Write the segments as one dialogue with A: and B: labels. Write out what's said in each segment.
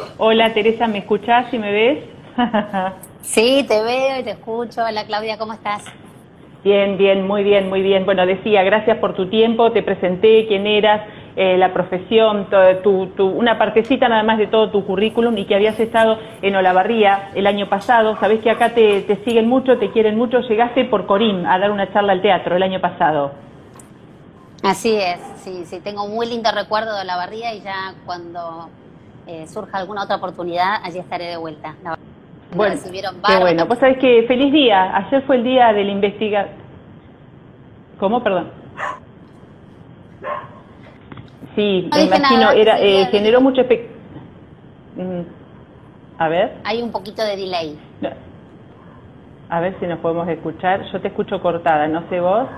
A: Hola Teresa, ¿me escuchás y me ves?
B: Sí, te veo y te escucho. Hola Claudia, ¿cómo estás?
A: Bien, bien, muy bien, muy bien. Bueno, decía, gracias por tu tiempo, te presenté quién eras, la profesión, una partecita nada más de todo tu currículum y que habías estado en Olavarría el año pasado. Sabés que acá te siguen mucho, te quieren mucho. Llegaste por Corim a dar una charla al teatro el año pasado.
B: Así es, sí, sí, tengo un muy lindo recuerdo de Olavarría y ya cuando surja alguna otra oportunidad, allí estaré de vuelta. La verdad, me
A: Bueno,
B: recibieron
A: qué bueno.
B: bárbaro.
A: Vos sabés que feliz día. Ayer fue el día del investigador. ¿Cómo? Perdón. Sí,
B: No
A: me
B: dije
A: imagino,
B: nada, que
A: era,
B: seguía
A: generó
B: del...
A: mucho a ver,
B: Hay un poquito de delay.
A: no, a ver si nos podemos escuchar. Yo te escucho cortada, no sé vos.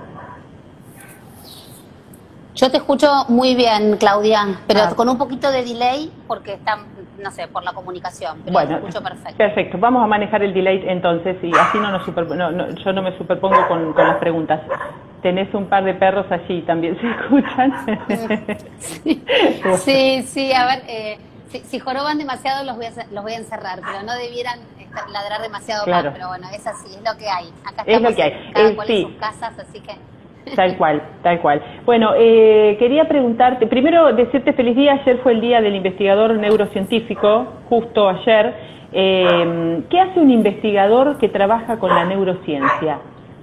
B: Yo te escucho muy bien, Claudia, pero
A: Ah,
B: con un poquito de delay porque está, no sé, por la comunicación, pero te
A: bueno,
B: escucho perfecto.
A: perfecto. Vamos a manejar el delay entonces y así yo no me superpongo con las preguntas. Tenés un par de perros allí, también se escuchan.
B: Sí,
A: Bueno,
B: sí, sí, a ver, si joroban demasiado los voy a encerrar, pero no debieran ladrar demasiado más,
A: claro,
B: pero bueno, es así, es lo que hay. Acá
A: es lo
B: estamos
A: que hay.
B: cada cual en sus
A: Sí,
B: casas, así que...
A: tal cual, tal cual. Bueno, quería preguntarte, primero decirte feliz día, ayer fue el día del investigador neurocientífico, justo ayer. ¿Qué hace un investigador que trabaja con la neurociencia?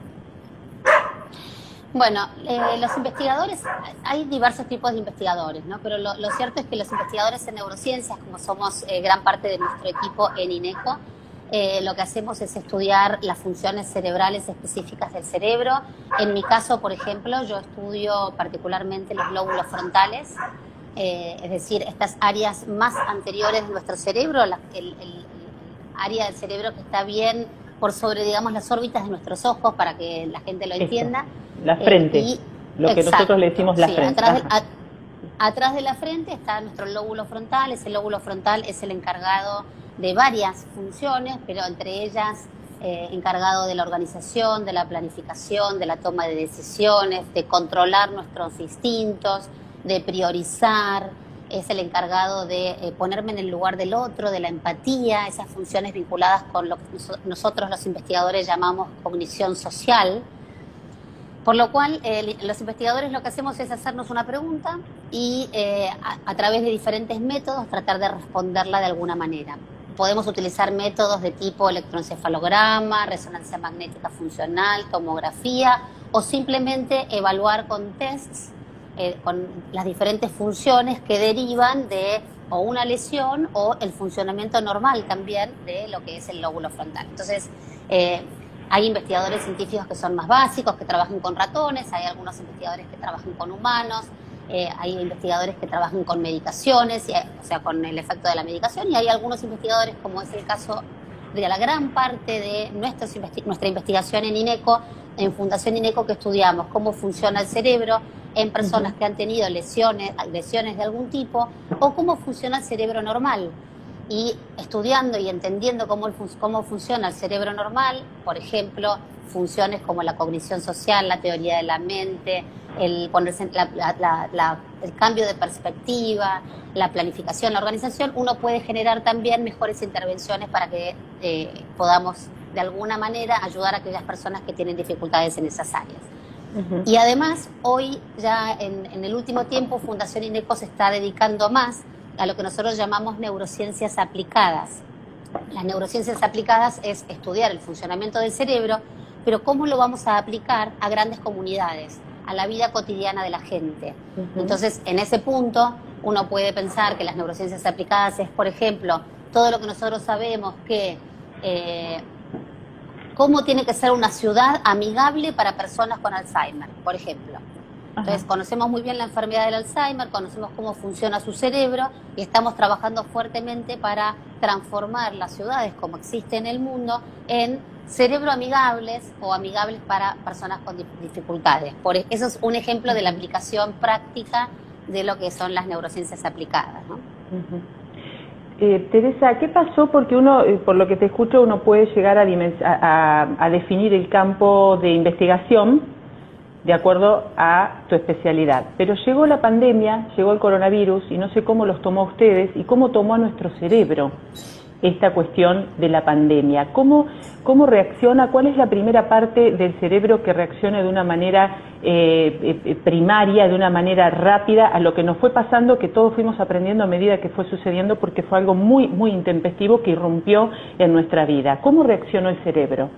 B: Bueno, los investigadores, hay diversos tipos de investigadores, ¿no? Pero lo cierto es que los investigadores en neurociencias, como somos gran parte de nuestro equipo en INECO, lo que hacemos es estudiar las funciones cerebrales específicas del cerebro. En mi caso, por ejemplo, yo estudio particularmente los lóbulos frontales, es decir, estas áreas más anteriores de nuestro cerebro, el área del cerebro que está bien por sobre, digamos, las órbitas de nuestros ojos, para que la gente lo
A: Esto,
B: entienda.
A: la frente,
B: Y
A: lo que nosotros le
B: exacto,
A: decimos la
B: sí,
A: frente. Ajá.
B: atrás de la frente está nuestro lóbulo frontal. Ese lóbulo frontal es el encargado de varias funciones, pero entre ellas encargado de la organización, de la planificación, de la toma de decisiones, de controlar nuestros instintos, de priorizar. Es el encargado de ponerme en el lugar del otro, de la empatía, esas funciones vinculadas con lo que nosotros los investigadores llamamos cognición social. Por lo cual, los investigadores lo que hacemos es hacernos una pregunta y a través de diferentes métodos tratar de responderla de alguna manera. Podemos utilizar métodos de tipo electroencefalograma, resonancia magnética funcional, tomografía, o simplemente evaluar con tests, con las diferentes funciones que derivan de o una lesión o el funcionamiento normal también de lo que es el lóbulo frontal. Entonces, hay investigadores científicos que son más básicos, que trabajan con ratones, hay algunos investigadores que trabajan con humanos, hay investigadores que trabajan con medicaciones, o sea, con el efecto de la medicación, y hay algunos investigadores, como es el caso de la gran parte de nuestra investigación en INECO, en Fundación INECO, que estudiamos cómo funciona el cerebro en personas que han tenido lesiones de algún tipo, o cómo funciona el cerebro normal. Y estudiando y entendiendo cómo funciona el cerebro normal, por ejemplo, funciones como la cognición social, la teoría de la mente, el cambio de perspectiva, la planificación, la organización, uno puede generar también mejores intervenciones para que podamos de alguna manera ayudar a aquellas personas que tienen dificultades en esas áreas.
A: Ujú.
B: Y además, hoy ya en el último tiempo, Fundación INECO se está dedicando más a lo que nosotros llamamos neurociencias aplicadas. Las neurociencias aplicadas es estudiar el funcionamiento del cerebro, pero cómo lo vamos a aplicar a grandes comunidades, a la vida cotidiana de la gente.
A: Ujú.
B: Entonces, en ese punto, uno puede pensar que las neurociencias aplicadas es, por ejemplo, todo lo que nosotros sabemos que cómo tiene que ser una ciudad amigable para personas con Alzheimer, por ejemplo.
A: Ajá.
B: Entonces, conocemos muy bien la enfermedad del Alzheimer, conocemos cómo funciona su cerebro y estamos trabajando fuertemente para transformar las ciudades como existe en el mundo en cerebro amigables o amigables para personas con dificultades. Eso es un ejemplo de la
A: Ujú.
B: aplicación práctica de lo que son las neurociencias aplicadas, ¿no?
A: Ujú. Teresa, ¿qué pasó? Porque uno, por lo que te escucho, uno puede llegar a definir el campo de investigación de acuerdo a tu especialidad. Pero llegó la pandemia, llegó el coronavirus y no sé cómo los tomó a ustedes y cómo tomó a nuestro cerebro esta cuestión de la pandemia. ¿Cómo reacciona? ¿Cuál es la primera parte del cerebro que reacciona de una manera primaria, de una manera rápida a lo que nos fue pasando, que todos fuimos aprendiendo a medida que fue sucediendo, porque fue algo muy, muy intempestivo que irrumpió en nuestra vida? ¿Cómo reaccionó el cerebro?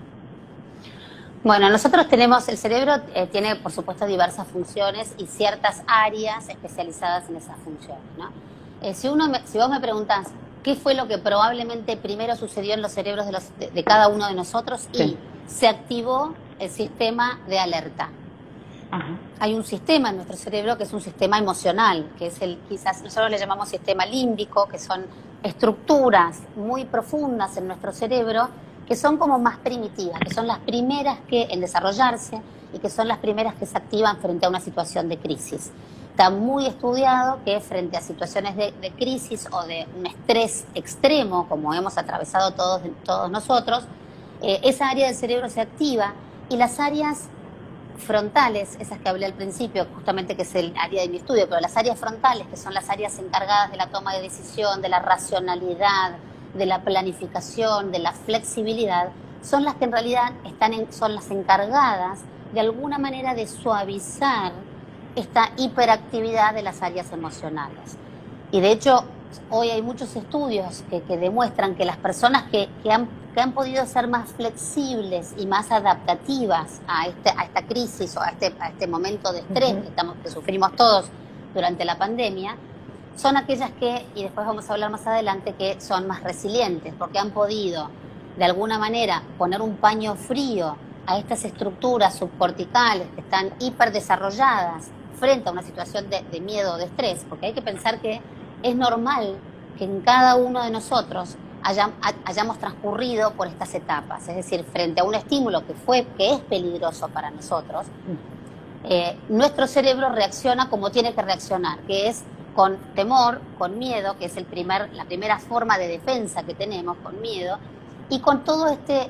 B: Bueno, nosotros tenemos, el cerebro tiene por supuesto diversas funciones y ciertas áreas especializadas en esas funciones, ¿no? Si vos me preguntás qué fue lo que probablemente primero sucedió en los cerebros de cada uno de nosotros, sí, y se activó el sistema de alerta. Ajá. Hay un sistema en nuestro cerebro que es un sistema emocional, que es quizás nosotros le llamamos sistema límbico, que son estructuras muy profundas en nuestro cerebro que son como más primitivas, que son las primeras en desarrollarse y que son las primeras que se activan frente a una situación de crisis. Está muy estudiado que frente a situaciones de crisis o de un estrés extremo, como hemos atravesado todos nosotros, esa área del cerebro se activa y las áreas frontales, esas que hablé al principio, justamente que es el área de mi estudio, pero las áreas frontales, que son las áreas encargadas de la toma de decisión, de la racionalidad, de la planificación, de la flexibilidad, son las que en realidad son las encargadas de alguna manera de suavizar esta hiperactividad de las áreas emocionales. Y de hecho, hoy hay muchos estudios que demuestran que las personas que han podido ser más flexibles y más adaptativas a esta crisis o a este momento de estrés que sufrimos todos durante la pandemia, son aquellas y después vamos a hablar más adelante, que son más resilientes, porque han podido, de alguna manera, poner un paño frío a estas estructuras subcorticales que están hiperdesarrolladas frente a una situación de miedo o de estrés, porque hay que pensar que es normal que en cada uno de nosotros hayamos transcurrido por estas etapas, es decir, frente a un estímulo que es peligroso para nosotros, nuestro cerebro reacciona como tiene que reaccionar, que es con temor, con miedo, que es la primera forma de defensa que tenemos, con miedo, y con todo este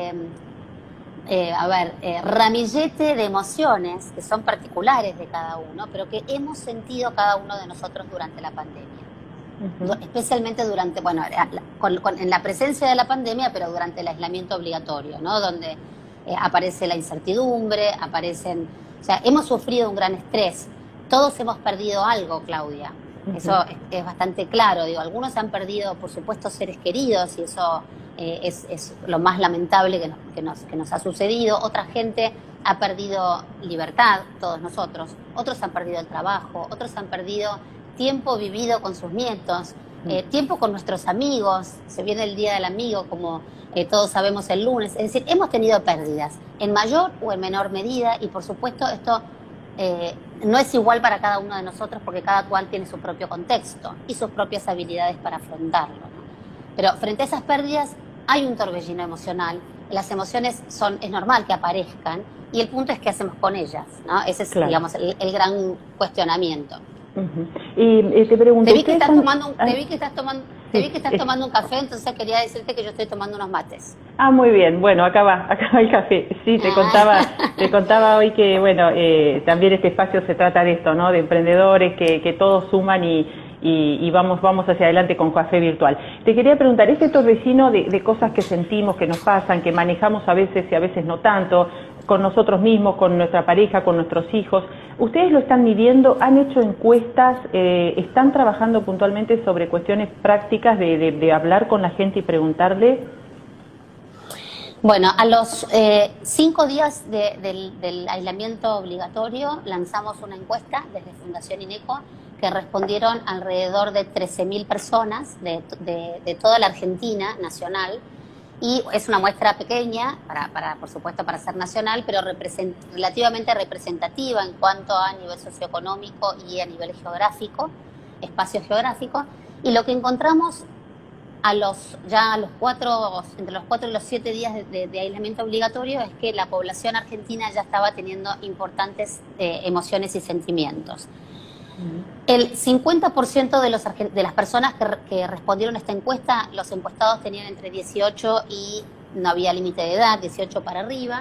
B: ramillete de emociones que son particulares de cada uno, pero que hemos sentido cada uno de nosotros durante la pandemia. Especialmente durante, en la presencia de la pandemia, pero durante el aislamiento obligatorio, ¿no? Donde aparece la incertidumbre, hemos sufrido un gran estrés. Todos hemos perdido algo, Claudia. Eso es bastante claro. Algunos han perdido, por supuesto, seres queridos y eso es lo más lamentable que nos ha sucedido. Otra gente ha perdido libertad, todos nosotros. Otros han perdido el trabajo. Otros han perdido tiempo vivido con sus nietos, tiempo con nuestros amigos. Se viene el Día del Amigo, como todos sabemos, el lunes. Es decir, hemos tenido pérdidas en mayor o en menor medida y, por supuesto, esto no es igual para cada uno de nosotros porque cada cual tiene su propio contexto y sus propias habilidades para afrontarlo, ¿no? Pero frente a esas pérdidas hay un torbellino emocional. Las emociones es normal que aparezcan y el punto es qué hacemos con ellas, ¿no? Ese es, claro, digamos, el gran cuestionamiento.
A: Y te pregunto,
B: te vi que estás tomando un café, entonces quería decirte que yo estoy tomando unos mates.
A: Ah, muy bien. Bueno, acá va el café. Sí, te contaba hoy que, también este espacio se trata de esto, ¿no? De emprendedores que todos suman y vamos hacia adelante con Café Virtual. Te quería preguntar, este torbellino de cosas que sentimos, que nos pasan, que manejamos a veces y a veces no tanto, con nosotros mismos, con nuestra pareja, con nuestros hijos, ¿ustedes lo están midiendo? ¿Han hecho encuestas? ¿Están trabajando puntualmente sobre cuestiones prácticas de hablar con la gente y preguntarle?
B: Bueno, a los 5 días del aislamiento obligatorio lanzamos una encuesta desde Fundación INECO que respondieron alrededor de 13.000 personas de toda la Argentina nacional. Y es una muestra pequeña, por supuesto, para ser nacional, pero relativamente representativa en cuanto a nivel socioeconómico y a nivel geográfico, espacio geográfico. Y lo que encontramos entre los 4 y los 7 días de aislamiento obligatorio es que la población argentina ya estaba teniendo importantes emociones y sentimientos. El 50% de las personas que respondieron a esta encuesta, los encuestados tenían entre 18 y no había límite de edad, 18 para arriba.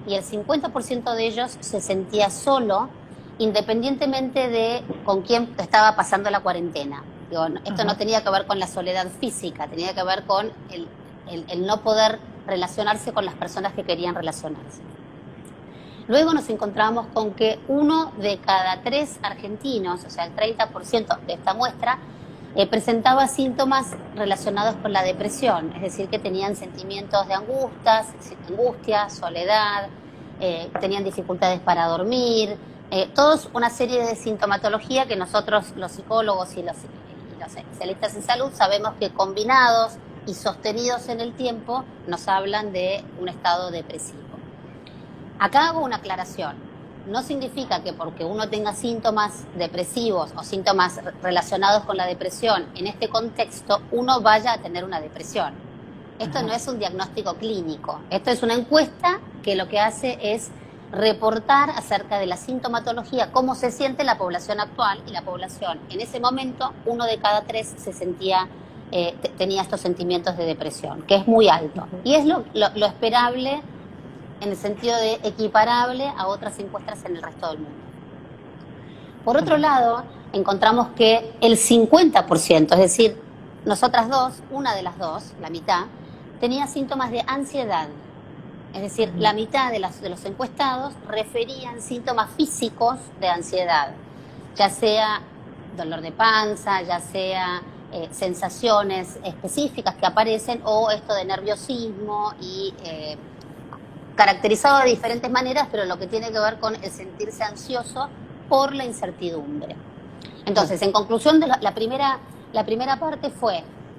B: y el 50% de ellos se sentía solo, independientemente de con quién estaba pasando la cuarentena. Digo, esto no tenía que ver con la soledad física, tenía que ver con el no poder relacionarse con las personas que querían relacionarse. Luego nos encontramos con que 1 de cada 3 argentinos, o sea, el 30% de esta muestra, presentaba síntomas relacionados con la depresión, es decir, que tenían sentimientos de angustia, soledad, tenían dificultades para dormir, todos una serie de sintomatología que nosotros, los psicólogos y los especialistas en salud, sabemos que combinados y sostenidos en el tiempo nos hablan de un estado depresivo. Acá hago una aclaración. No significa que porque uno tenga síntomas depresivos o síntomas relacionados con la depresión en este contexto, uno vaya a tener una depresión. Esto no es un diagnóstico clínico. Esto es una encuesta que lo que hace es reportar acerca de la sintomatología, cómo se siente la población actual, y la población en ese momento, 1 de cada 3 se sentía, tenía estos sentimientos de depresión, que es muy alto. Y es lo esperable en el sentido de equiparable a otras encuestas en el resto del mundo. Por otro lado, encontramos que el 50%, es decir, nosotras dos, una de las dos, la mitad, tenía síntomas de ansiedad. Es decir, la mitad de los encuestados referían síntomas físicos de ansiedad, ya sea dolor de panza, ya sea sensaciones específicas que aparecen, o esto de nerviosismo y caracterizado de diferentes maneras, pero lo que tiene que ver con el sentirse ansioso por la incertidumbre. Entonces, en conclusión, de la primera parte fue,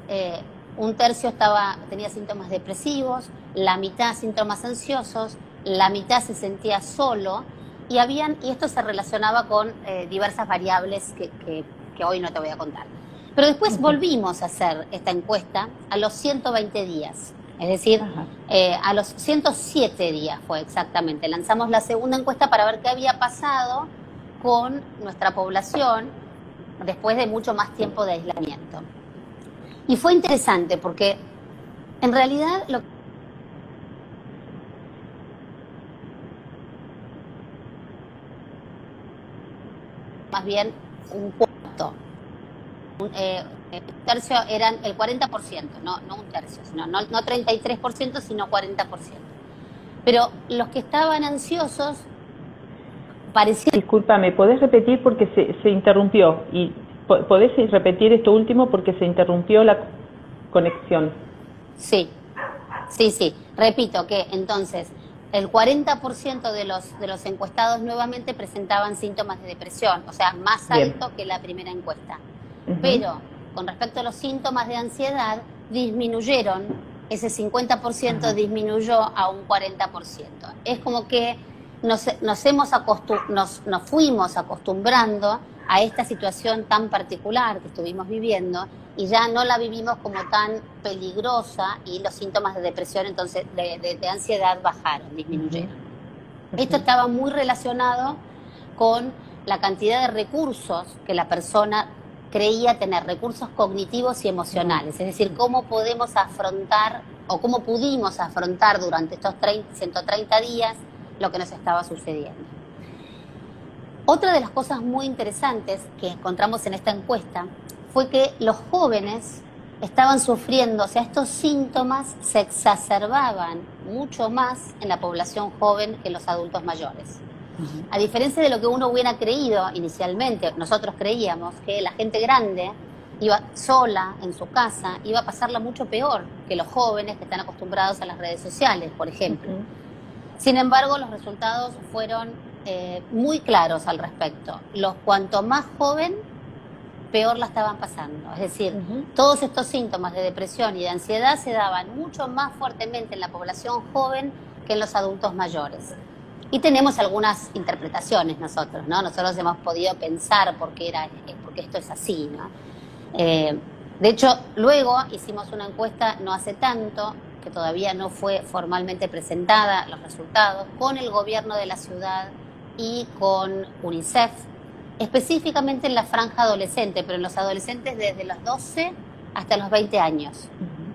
B: 1/3 tenía síntomas depresivos, la mitad síntomas ansiosos, la mitad se sentía solo, y esto se relacionaba con diversas variables que hoy no te voy a contar. Pero después volvimos a hacer esta encuesta a los 120 días. Es decir, a los 107 días fue exactamente. Lanzamos la segunda encuesta para ver qué había pasado con nuestra población después de mucho más tiempo de aislamiento. Y fue interesante porque en realidad más bien un cuarto. Un tercio eran el 40%, no 1/3, sino, no 33%, sino 40%. Pero los que estaban ansiosos parecían...
A: Discúlpame, ¿podés repetir porque se interrumpió? Y ¿podés repetir esto último porque se interrumpió la conexión?
B: Sí. Repito que entonces el 40% de los encuestados nuevamente presentaban síntomas de depresión, o sea, más alto que la primera encuesta. Pero con respecto a los síntomas de ansiedad, disminuyeron, ese 50% disminuyó a un 40%. Es como que nos fuimos acostumbrando a esta situación tan particular que estuvimos viviendo, y ya no la vivimos como tan peligrosa, y los síntomas de depresión, entonces de ansiedad, disminuyeron. Esto estaba muy relacionado con la cantidad de recursos que la persona creía tener, recursos cognitivos y emocionales, es decir, cómo podemos afrontar o cómo pudimos afrontar durante estos 130 días lo que nos estaba sucediendo. Otra de las cosas muy interesantes que encontramos en esta encuesta fue que los jóvenes estaban sufriendo, o sea, estos síntomas se exacerbaban mucho más en la población joven que en los adultos mayores. A diferencia de lo que uno hubiera creído inicialmente, nosotros creíamos que la gente grande iba sola en su casa, iba a pasarla mucho peor que los jóvenes que están acostumbrados a las redes sociales, por ejemplo. Sin embargo, los resultados fueron muy claros al respecto. Cuanto más joven, peor la estaban pasando. Es decir, todos estos síntomas de depresión y de ansiedad se daban mucho más fuertemente en la población joven que en los adultos mayores. Y tenemos algunas interpretaciones nosotros, ¿no? Nosotros hemos podido pensar por qué esto es así, ¿no? De hecho, luego hicimos una encuesta no hace tanto, que todavía no fue formalmente presentada los resultados, con el gobierno de la ciudad y con UNICEF, específicamente en la franja adolescente, pero en los adolescentes desde los 12 hasta los 20 años.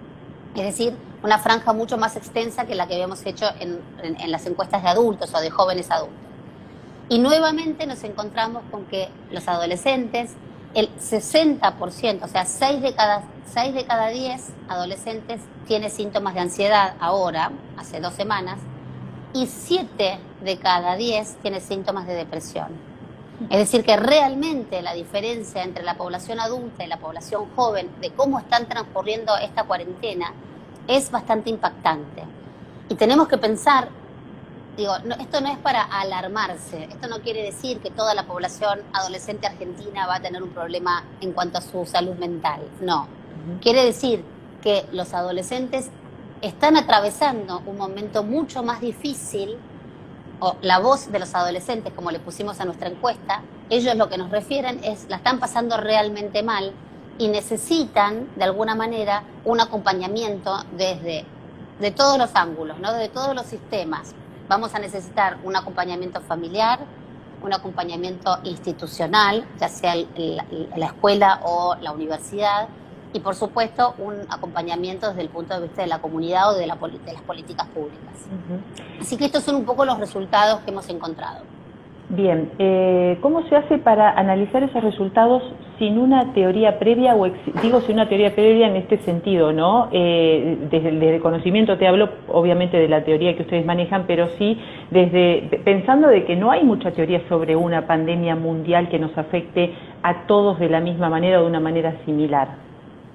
B: Es decir, una franja mucho más extensa que la que habíamos hecho en las encuestas de adultos o de jóvenes adultos. Y nuevamente nos encontramos con que los adolescentes, el 60%, o sea, 6 de cada 10 adolescentes tiene síntomas de ansiedad ahora, hace 2 semanas, y 7 de cada 10 tiene síntomas de depresión. Es decir, que realmente la diferencia entre la población adulta y la población joven de cómo están transcurriendo esta cuarentena es bastante impactante. Y tenemos que pensar, digo, esto no es para alarmarse, esto no quiere decir que toda la población adolescente argentina va a tener un problema en cuanto a su salud mental, no. Quiere decir que los adolescentes están atravesando un momento mucho más difícil, o la voz de los adolescentes, como le pusimos a nuestra encuesta, ellos lo que nos refieren es la están pasando realmente mal y necesitan, de alguna manera, un acompañamiento de todos los ángulos, ¿no? De todos los sistemas. Vamos a necesitar un acompañamiento familiar, un acompañamiento institucional, ya sea la escuela o la universidad, y por supuesto un acompañamiento desde el punto de vista de la comunidad o de las políticas públicas. Así que estos son un poco los resultados que hemos encontrado.
A: Bien, ¿cómo se hace para analizar esos resultados sin una teoría previa, digo sin una teoría previa en este sentido, ¿no? Desde el conocimiento te hablo obviamente de la teoría que ustedes manejan, pero sí pensando de que no hay mucha teoría sobre una pandemia mundial que nos afecte a todos de la misma manera o de una manera similar.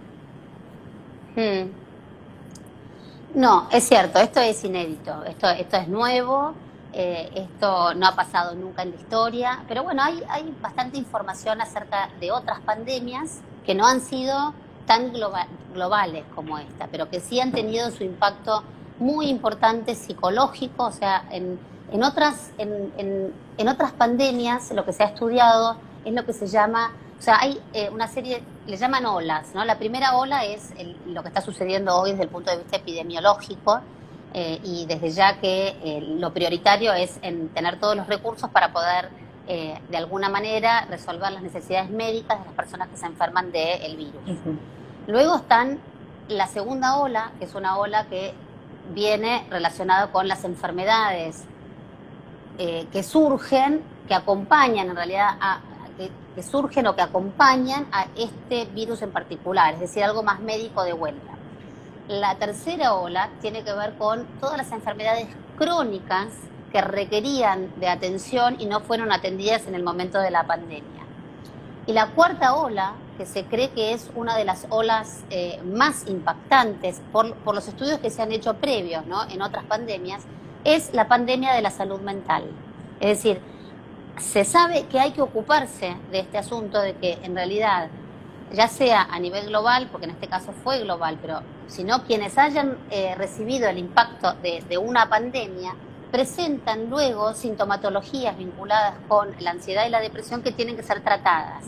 B: No, es cierto, esto es inédito, esto es nuevo, esto no ha pasado nunca en la historia, pero bueno, hay bastante información acerca de otras pandemias que no han sido tan globales como esta, pero que sí han tenido su impacto muy importante psicológico, o sea, en otras pandemias lo que se ha estudiado es lo que se llama, o sea, hay una serie, le llaman olas, ¿no? La primera ola es lo que está sucediendo hoy desde el punto de vista epidemiológico, y desde ya que lo prioritario es en tener todos los recursos para poder, de alguna manera, resolver las necesidades médicas de las personas que se enferman del virus. Luego están la segunda ola, que es una ola que viene relacionada con las enfermedades que surgen, que acompañan en realidad que surgen o que acompañan a este virus en particular, es decir, algo más médico de vuelta. La tercera ola tiene que ver con todas las enfermedades crónicas que requerían de atención y no fueron atendidas en el momento de la pandemia. Y la cuarta ola, que se cree que es una de las olas más impactantes por los estudios que se han hecho previos, ¿no? En otras pandemias, es la pandemia de la salud mental. Es decir, se sabe que hay que ocuparse de este asunto, de que en realidad, ya sea a nivel global, porque en este caso fue global, pero sino quienes hayan recibido el impacto de una pandemia, presentan luego sintomatologías vinculadas con la ansiedad y la depresión que tienen que ser tratadas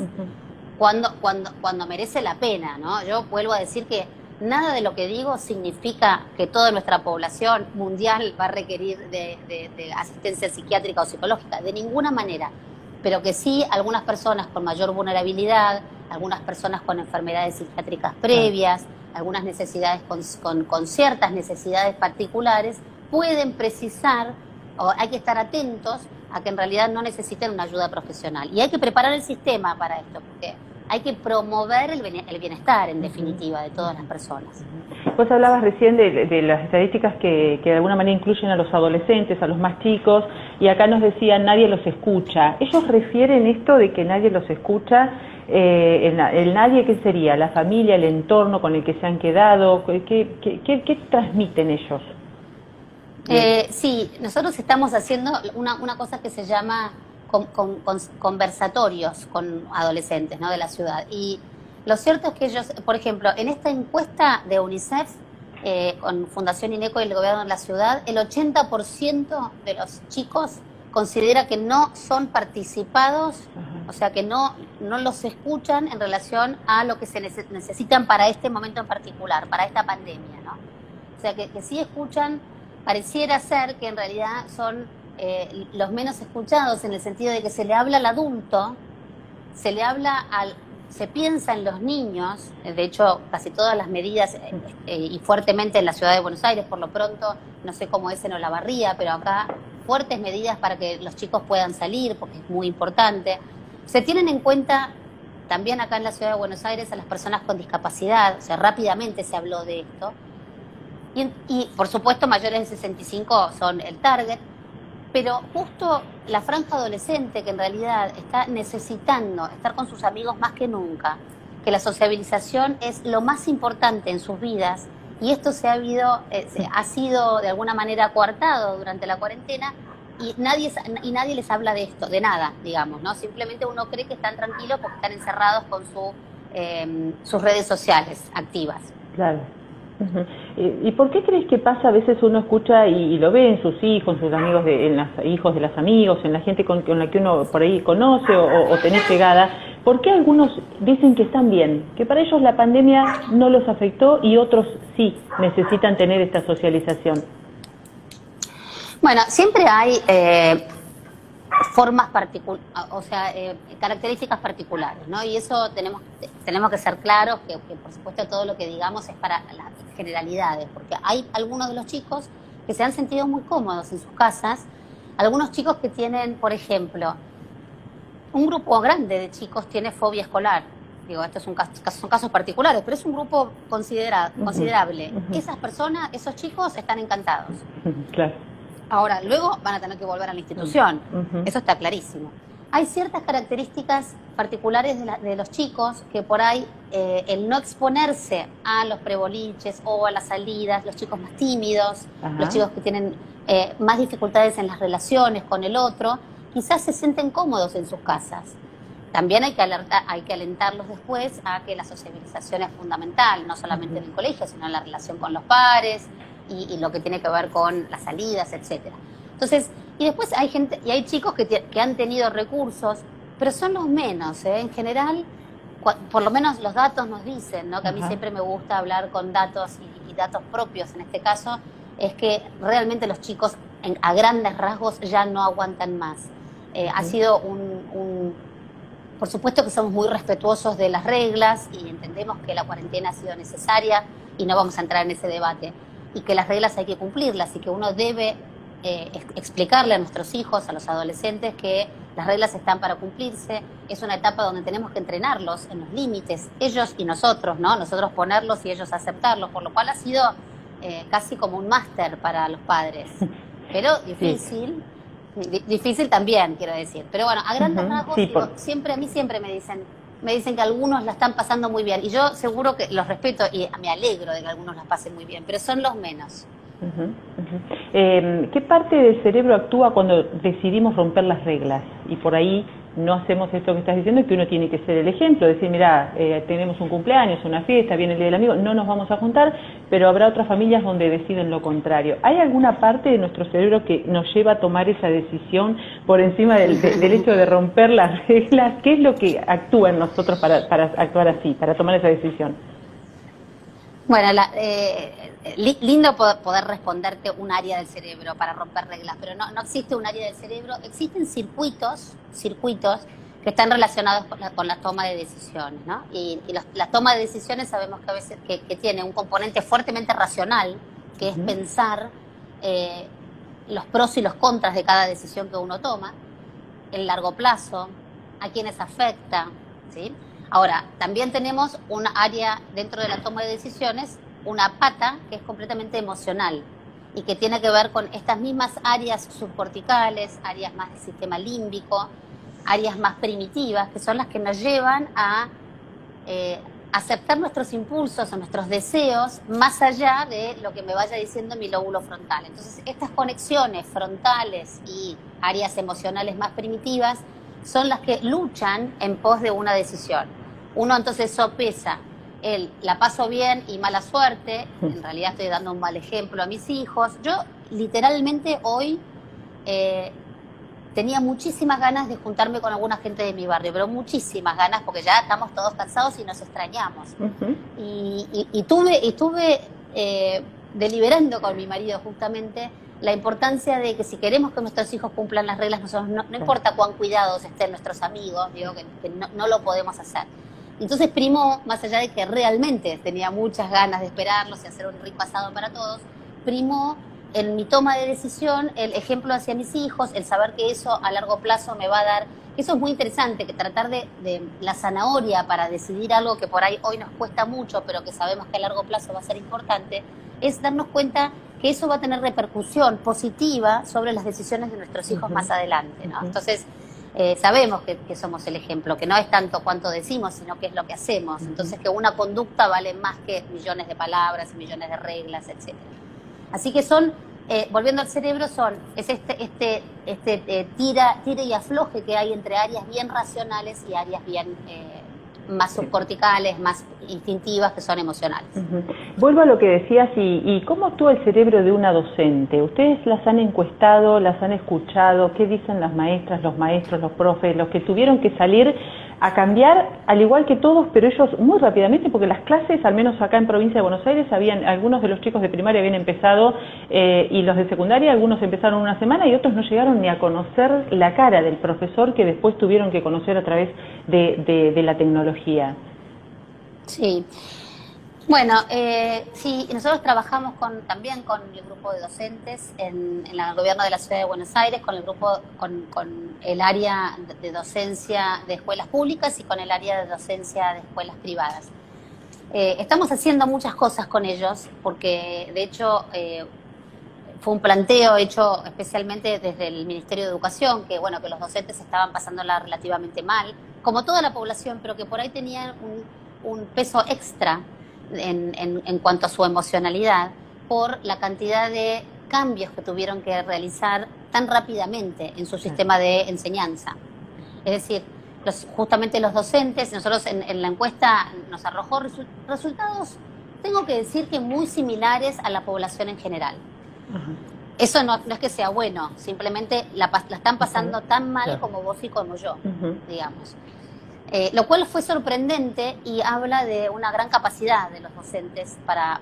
B: cuando merece la pena, ¿no? Yo vuelvo a decir que nada de lo que digo significa que toda nuestra población mundial va a requerir de asistencia psiquiátrica o psicológica, de ninguna manera, pero que sí algunas personas con mayor vulnerabilidad, algunas personas con enfermedades psiquiátricas previas, algunas necesidades con ciertas necesidades particulares, pueden precisar, o hay que estar atentos a que en realidad no necesiten una ayuda profesional. Y hay que preparar el sistema para esto, porque hay que promover el bienestar, en definitiva, de todas las personas.
A: Vos hablabas recién de las estadísticas que de alguna manera incluyen a los adolescentes, a los más chicos, y acá nos decían nadie los escucha. ¿Ellos refieren esto de que nadie los escucha? ¿El nadie qué sería? ¿La familia, el entorno con el que se han quedado? ¿Qué transmiten ellos?
B: Sí, nosotros estamos haciendo una cosa que se llama conversatorios con adolescentes, ¿no? De la ciudad. Y lo cierto es que ellos, por ejemplo, en esta encuesta de UNICEF, con Fundación INECO y el gobierno de la ciudad, el 80% de los chicos considera que no son participados, o sea, que no los escuchan en relación a lo que se necesitan para este momento en particular, para esta pandemia, ¿no? O sea, que sí escuchan, pareciera ser que en realidad son los menos escuchados, en el sentido de que se le habla al adulto, se le habla se piensa en los niños, de hecho casi todas las medidas y fuertemente en la ciudad de Buenos Aires, por lo pronto, no sé cómo es en Olavarría, pero acá fuertes medidas para que los chicos puedan salir, porque es muy importante. Se tienen en cuenta también acá en la ciudad de Buenos Aires a las personas con discapacidad, o sea, rápidamente se habló de esto. Y por supuesto mayores de 65 son el target, pero justo la franja adolescente que en realidad está necesitando estar con sus amigos más que nunca, que la sociabilización es lo más importante en sus vidas, y esto ha sido de alguna manera coartado durante la cuarentena, y nadie les habla de esto, de nada, digamos, ¿no? Simplemente uno cree que están tranquilos porque están encerrados con sus redes sociales activas.
A: Claro. Uh-huh. ¿Y por qué crees que pasa? A veces uno escucha y lo ve en sus hijos, en sus amigos, en los hijos de los amigos, en la gente con la que uno por ahí conoce o tenés llegada. ¿Por qué algunos dicen que están bien? Que para ellos la pandemia no los afectó y otros sí necesitan tener esta socialización.
B: Bueno, siempre hay formas particulares, características particulares, ¿no? Y eso tenemos que ser claros que por supuesto todo lo que digamos es para las generalidades, porque hay algunos de los chicos que se han sentido muy cómodos en sus casas, algunos chicos que tienen, por ejemplo, un grupo grande de chicos tiene fobia escolar. Digo, estos son casos particulares, pero es un grupo considerable. Esas personas, esos chicos están encantados. Claro. Ahora, luego van a tener que volver a la institución. Eso está clarísimo. Hay ciertas características particulares de los chicos que por ahí el no exponerse a los preboliches o a las salidas, los chicos más tímidos, los chicos que tienen más dificultades en las relaciones con el otro, quizás se sienten cómodos en sus casas. También hay que alentarlos después a que la sociabilización es fundamental, no solamente en el colegio, sino en la relación con los pares, y lo que tiene que ver con las salidas, etcétera. Entonces, y después hay chicos que han tenido recursos, pero son los menos, ¿eh? En general, por lo menos los datos nos dicen, ¿no? Que a mí siempre me gusta hablar con datos y datos propios, en este caso, es que realmente los chicos a grandes rasgos ya no aguantan más. Ha sido por supuesto que somos muy respetuosos de las reglas y entendemos que la cuarentena ha sido necesaria y no vamos a entrar en ese debate, y que las reglas hay que cumplirlas y que uno debe explicarle a nuestros hijos, a los adolescentes, que las reglas están para cumplirse. Es una etapa donde tenemos que entrenarlos en los límites, ellos y nosotros, ¿no? Nosotros ponerlos y ellos aceptarlos, por lo cual ha sido casi como un máster para los padres, pero difícil. Difícil también, quiero decir. Pero bueno, a grandes rasgos, a mí siempre me dicen que algunos la están pasando muy bien. Y yo seguro que los respeto y me alegro de que algunos la pasen muy bien, pero son los menos.
A: ¿Qué parte del cerebro actúa cuando decidimos romper las reglas? Y por ahí no hacemos esto que estás diciendo, que uno tiene que ser el ejemplo, decir, mira, tenemos un cumpleaños, una fiesta, viene el Día del Amigo, no nos vamos a juntar, pero habrá otras familias donde deciden lo contrario. ¿Hay alguna parte de nuestro cerebro que nos lleva a tomar esa decisión por encima del hecho de romper las reglas? ¿Qué es lo que actúa en nosotros para actuar así, para tomar esa decisión?
B: Bueno, lindo poder responderte un área del cerebro para romper reglas, pero no existe un área del cerebro, existen circuitos que están relacionados con la toma de decisiones, ¿no? Y la toma de decisiones sabemos que a veces que tiene un componente fuertemente racional, que es pensar los pros y los contras de cada decisión que uno toma, el largo plazo, a quienes afecta, ¿sí? Ahora, también tenemos un área dentro de la toma de decisiones, una pata que es completamente emocional y que tiene que ver con estas mismas áreas subcorticales, áreas más del sistema límbico, áreas más primitivas, que son las que nos llevan a aceptar nuestros impulsos o nuestros deseos más allá de lo que me vaya diciendo mi lóbulo frontal. Entonces, estas conexiones frontales y áreas emocionales más primitivas son las que luchan en pos de una decisión. Uno entonces sopesa la paso bien y mala suerte, en realidad estoy dando un mal ejemplo a mis hijos. Yo literalmente hoy tenía muchísimas ganas de juntarme con alguna gente de mi barrio, pero muchísimas ganas porque ya estamos todos cansados y nos extrañamos. Y estuve deliberando con mi marido justamente la importancia de que si queremos que nuestros hijos cumplan las reglas, nosotros no importa cuán cuidados estén nuestros amigos, digo que no lo podemos hacer. Entonces primó, más allá de que realmente tenía muchas ganas de esperarlos y hacer un rico asado para todos, primó en mi toma de decisión el ejemplo hacia mis hijos, el saber que eso a largo plazo me va a dar. Eso es muy interesante, que tratar de la zanahoria para decidir algo que por ahí hoy nos cuesta mucho, pero que sabemos que a largo plazo va a ser importante, es darnos cuenta que eso va a tener repercusión positiva sobre las decisiones de nuestros hijos más adelante, ¿no? Entonces, sabemos que somos el ejemplo, que no es tanto cuánto decimos, sino que es lo que hacemos. Entonces, que una conducta vale más que millones de palabras, millones de reglas, etc. Así que son, volviendo al cerebro, es tira y afloje que hay entre áreas bien racionales y áreas bien más subcorticales, más instintivas, que son emocionales.
A: Vuelvo a lo que decías, y ¿cómo actúa el cerebro de una docente? ¿Ustedes las han encuestado, las han escuchado? ¿Qué dicen las maestras, los maestros, los profes, los que tuvieron que salir a cambiar, al igual que todos, pero ellos muy rápidamente, porque las clases, al menos acá en Provincia de Buenos Aires, algunos de los chicos de primaria habían empezado, y los de secundaria, algunos empezaron una semana y otros no llegaron ni a conocer la cara del profesor, que después tuvieron que conocer a través de la tecnología? Sí.
B: Bueno, sí, nosotros trabajamos también con el grupo de docentes en el gobierno de la Ciudad de Buenos Aires, con el grupo, con el área de docencia de escuelas públicas y con el área de docencia de escuelas privadas. Estamos haciendo muchas cosas con ellos, porque de hecho fue un planteo hecho especialmente desde el Ministerio de Educación, que bueno, que los docentes estaban pasándola relativamente mal, como toda la población, pero que por ahí tenían un peso extra en cuanto a su emocionalidad, por la cantidad de cambios que tuvieron que realizar tan rápidamente en su sistema de enseñanza. Es decir, justamente los docentes, nosotros en la encuesta nos arrojó resultados, tengo que decir que muy similares a la población en general. Eso no es que sea bueno, simplemente la están pasando tan mal como vos y como yo, digamos. Lo cual fue sorprendente y habla de una gran capacidad de los docentes para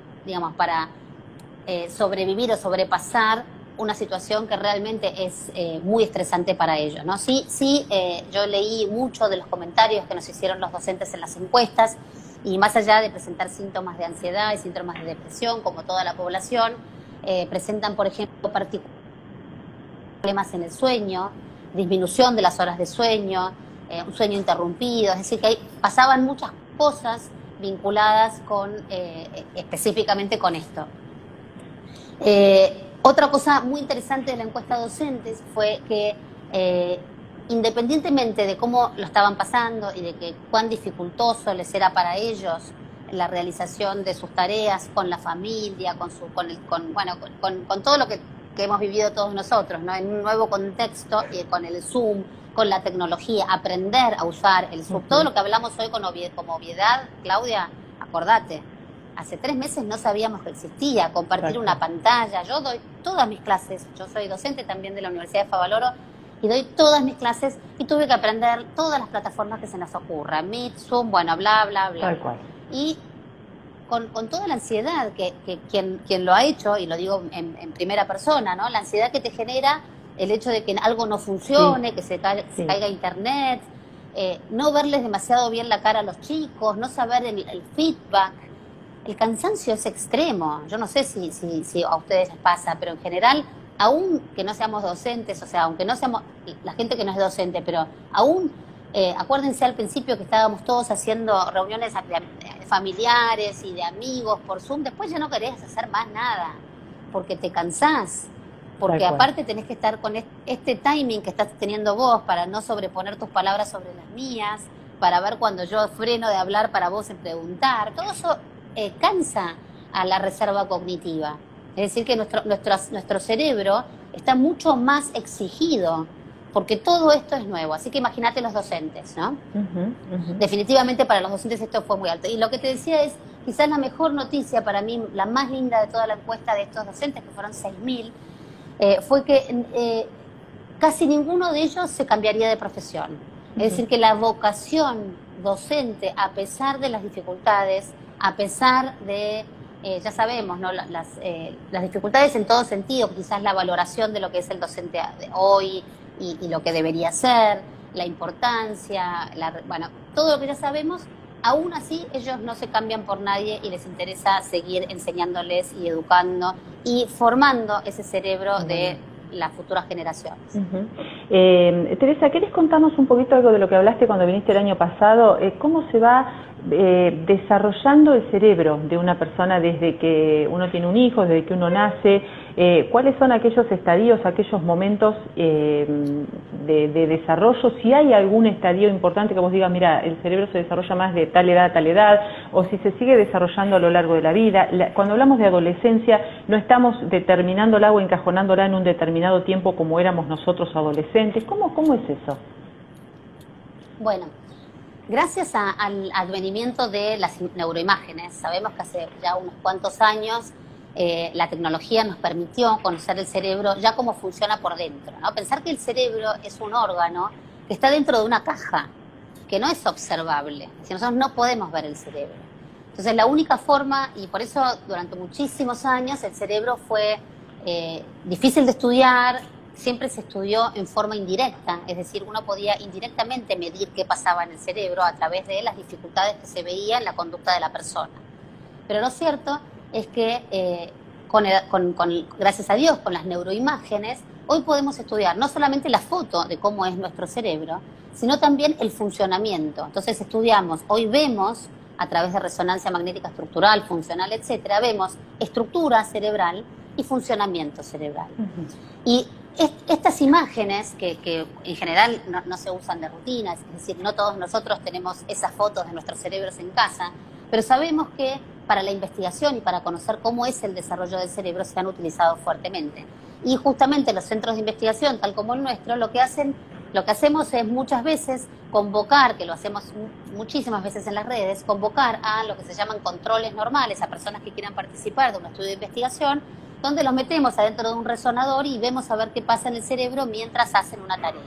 B: sobrevivir o sobrepasar una situación que realmente es muy estresante para ellos, ¿no? Sí, yo leí mucho de los comentarios que nos hicieron los docentes en las encuestas, y más allá de presentar síntomas de ansiedad y síntomas de depresión, como toda la población, presentan, por ejemplo, problemas en el sueño, disminución de las horas de sueño, un sueño interrumpido, es decir, que pasaban muchas cosas vinculadas específicamente con esto. Otra cosa muy interesante de la encuesta docentes fue que independientemente de cómo lo estaban pasando y de cuán dificultoso les era para ellos la realización de sus tareas con la familia, con todo lo que hemos vivido todos nosotros, ¿no? En un nuevo contexto, con el Zoom, con la tecnología, aprender a usar el Zoom. Todo lo que hablamos hoy como obviedad, Claudia, acordate, hace 3 meses no sabíamos que existía, compartir una pantalla. Yo doy todas mis clases, yo soy docente también de la Universidad de Favaloro, y doy todas mis clases y tuve que aprender todas las plataformas que se nos ocurra, Meet, Zoom, bueno, bla, bla, bla.
A: Tal cual.
B: Y con toda la ansiedad que quien lo ha hecho, y lo digo en primera persona, ¿no? La ansiedad que te genera el hecho de que algo no funcione, que se caiga internet, no verles demasiado bien la cara a los chicos, no saber el feedback. El cansancio es extremo. Yo no sé si a ustedes les pasa, pero en general, aún que no seamos docentes, o sea, aunque no seamos la gente que no es docente, pero aún, acuérdense al principio que estábamos todos haciendo reuniones familiares y de amigos por Zoom, después ya no querés hacer más nada, porque te cansás. Porque aparte tenés que estar con este timing que estás teniendo vos para no sobreponer tus palabras sobre las mías, para ver cuando yo freno de hablar para vos en preguntar. Todo eso cansa a la reserva cognitiva. Es decir, que nuestro cerebro está mucho más exigido, porque todo esto es nuevo. Así que imagínate los docentes, ¿no? Definitivamente para los docentes esto fue muy alto. Y lo que te decía es, quizás la mejor noticia para mí, la más linda de toda la encuesta de estos docentes, que fueron 6.000, fue que casi ninguno de ellos se cambiaría de profesión. Es decir, que la vocación docente, a pesar de las dificultades, a pesar de, ya sabemos, ¿no? las dificultades en todo sentido, quizás la valoración de lo que es el docente de hoy y lo que debería ser, la importancia, todo lo que ya sabemos, aún así ellos no se cambian por nadie y les interesa seguir enseñándoles y educando y formando ese cerebro de las futuras generaciones.
A: Teresa, ¿querés contarnos un poquito algo de lo que hablaste cuando viniste el año pasado? ¿Cómo se va desarrollando el cerebro de una persona desde que uno tiene un hijo, desde que uno nace? ¿Cuáles son aquellos estadios, aquellos momentos de desarrollo? Si hay algún estadio importante que vos digas, mira, el cerebro se desarrolla más de tal edad a tal edad, o si se sigue desarrollando a lo largo de la vida. Cuando hablamos de adolescencia, no estamos determinándola o encajonándola en un determinado tiempo como éramos nosotros adolescentes. ¿Cómo es eso?
B: Bueno, gracias al advenimiento de las neuroimágenes, sabemos que hace ya unos cuantos años la tecnología nos permitió conocer el cerebro ya cómo funciona por dentro, ¿no? Pensar que el cerebro es un órgano que está dentro de una caja, que no es observable, si nosotros no podemos ver el cerebro. Entonces la única forma, y por eso durante muchísimos años el cerebro fue difícil de estudiar, siempre se estudió en forma indirecta, es decir, uno podía indirectamente medir qué pasaba en el cerebro a través de las dificultades que se veía en la conducta de la persona. Pero lo cierto es que gracias a Dios, con las neuroimágenes, hoy podemos estudiar no solamente la foto de cómo es nuestro cerebro, sino también el funcionamiento. Entonces hoy vemos, a través de resonancia magnética estructural, funcional, etcétera, vemos estructura cerebral y funcionamiento cerebral. Y estas imágenes, que en general no se usan de rutina, es decir, no todos nosotros tenemos esas fotos de nuestros cerebros en casa, pero sabemos que para la investigación y para conocer cómo es el desarrollo del cerebro se han utilizado fuertemente. Y justamente los centros de investigación, tal como el nuestro, lo que hacemos es muchas veces convocar, que lo hacemos muchísimas veces en las redes, convocar a lo que se llaman controles normales, a personas que quieran participar de un estudio de investigación, donde los metemos adentro de un resonador y vemos a ver qué pasa en el cerebro mientras hacen una tarea.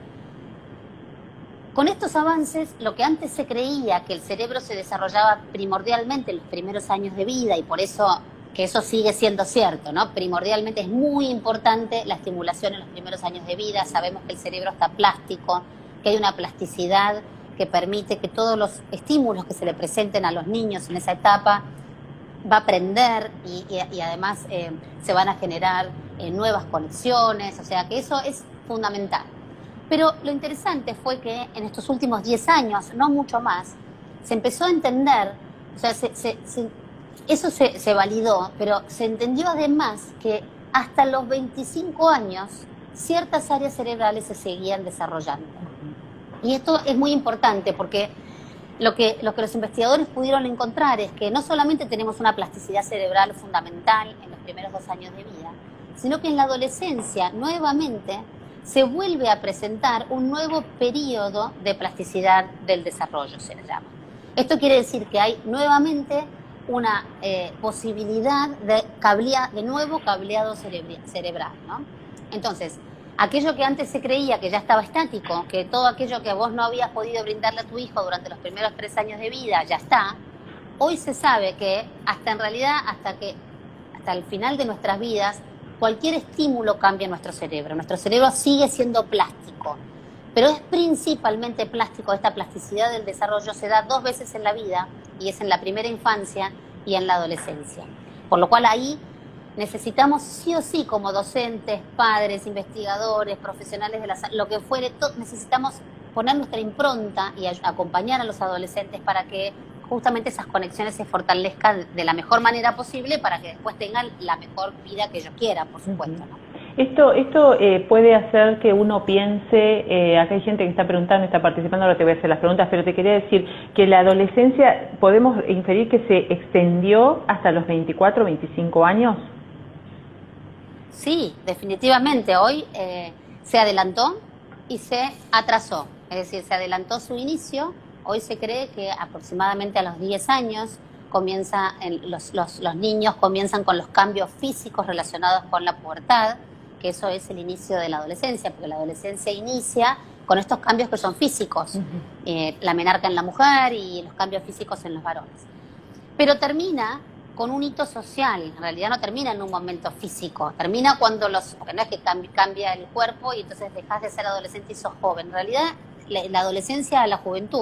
B: Con estos avances, lo que antes se creía que el cerebro se desarrollaba primordialmente en los primeros años de vida, y por eso que eso sigue siendo cierto, ¿no? Primordialmente es muy importante la estimulación en los primeros años de vida. Sabemos que el cerebro está plástico, que hay una plasticidad que permite que todos los estímulos que se le presenten a los niños en esa etapa va a aprender y además se van a generar nuevas conexiones, o sea que eso es fundamental. Pero lo interesante fue que en estos últimos 10 años, no mucho más, se empezó a entender, o sea, eso se validó, pero se entendió además que hasta los 25 años ciertas áreas cerebrales se seguían desarrollando. Y esto es muy importante porque lo que los investigadores pudieron encontrar es que no solamente tenemos una plasticidad cerebral fundamental en los primeros 2 años de vida, sino que en la adolescencia nuevamente se vuelve a presentar un nuevo periodo de plasticidad del desarrollo, se le llama. Esto quiere decir que hay nuevamente una posibilidad de nuevo cableado cerebral, ¿no? Entonces, aquello que antes se creía que ya estaba estático, que todo aquello que vos no habías podido brindarle a tu hijo durante los primeros 3 años de vida ya está, hoy se sabe que hasta el final de nuestras vidas, cualquier estímulo cambia nuestro cerebro. Nuestro cerebro sigue siendo plástico, pero es principalmente plástico. Esta plasticidad del desarrollo se da 2 veces en la vida, y es en la primera infancia y en la adolescencia. Por lo cual ahí necesitamos sí o sí, como docentes, padres, investigadores, profesionales de la salud, lo que fuere, necesitamos poner nuestra impronta y acompañar a los adolescentes para que justamente esas conexiones se fortalezcan de la mejor manera posible para que después tengan la mejor vida que ellos quieran, por supuesto, ¿no?
A: Esto puede hacer que uno piense, acá hay gente que está preguntando, está participando, ahora te voy a hacer las preguntas, pero te quería decir que la adolescencia, ¿podemos inferir que se extendió hasta los 24, 25 años?
B: Sí, definitivamente. Hoy se adelantó y se atrasó, es decir, se adelantó su inicio. Hoy se cree que aproximadamente a los 10 años los niños comienzan con los cambios físicos relacionados con la pubertad, que eso es el inicio de la adolescencia, porque la adolescencia inicia con estos cambios que son físicos, la menarca en la mujer y los cambios físicos en los varones. Pero termina con un hito social, en realidad no termina en un momento físico, termina cuando porque no es que cambia el cuerpo y entonces dejas de ser adolescente y sos joven. En realidad la adolescencia a la juventud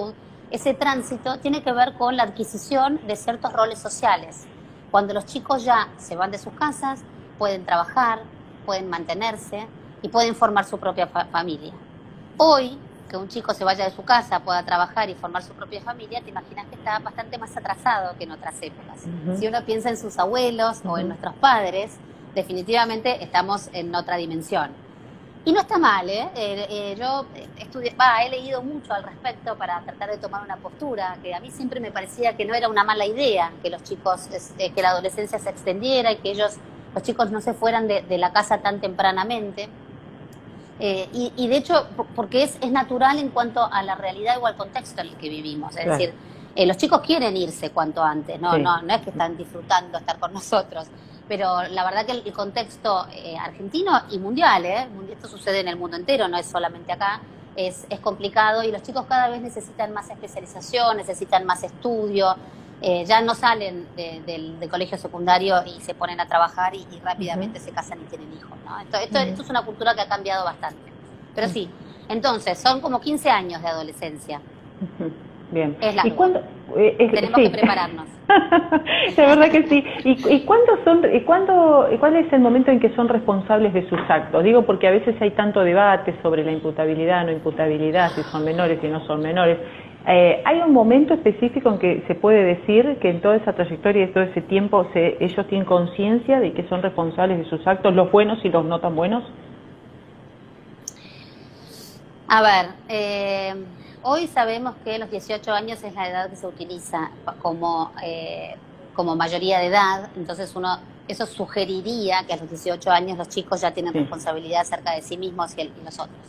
B: ese tránsito tiene que ver con la adquisición de ciertos roles sociales. Cuando los chicos ya se van de sus casas, pueden trabajar, pueden mantenerse y pueden formar su propia familia. Hoy, que un chico se vaya de su casa, pueda trabajar y formar su propia familia, te imaginas que está bastante más atrasado que en otras épocas. Si uno piensa en sus abuelos o en nuestros padres, definitivamente estamos en otra dimensión. Y no está mal, yo he leído mucho al respecto para tratar de tomar una postura, que a mí siempre me parecía que no era una mala idea que los chicos, que la adolescencia se extendiera y que los chicos no se fueran de la casa tan tempranamente. Y de hecho, porque es natural en cuanto a la realidad o al contexto en el que vivimos. Es decir, los chicos quieren irse cuanto antes, no es que están disfrutando estar con nosotros. Pero la verdad que el contexto argentino y mundial, esto sucede en el mundo entero, no es solamente acá, es complicado y los chicos cada vez necesitan más especialización, necesitan más estudio, ya no salen del colegio secundario y se ponen a trabajar y rápidamente se casan y tienen hijos, ¿no? Esto es una cultura que ha cambiado bastante. Pero sí, entonces son como 15 años de adolescencia.
A: Bien.
B: Es largo.
A: ¿Y cuándo,
B: tenemos que prepararnos.
A: La verdad que sí. ¿Y cuál es el momento en que son responsables de sus actos? Digo porque a veces hay tanto debate sobre la imputabilidad, no imputabilidad, si son menores, si no son menores. ¿Hay un momento específico en que se puede decir que en toda esa trayectoria y todo ese tiempo ellos tienen conciencia de que son responsables de sus actos, los buenos y los no tan buenos?
B: A ver, hoy sabemos que los 18 años es la edad que se utiliza como mayoría de edad, entonces eso sugeriría que a los 18 años los chicos ya tienen responsabilidad acerca de sí mismos y los otros.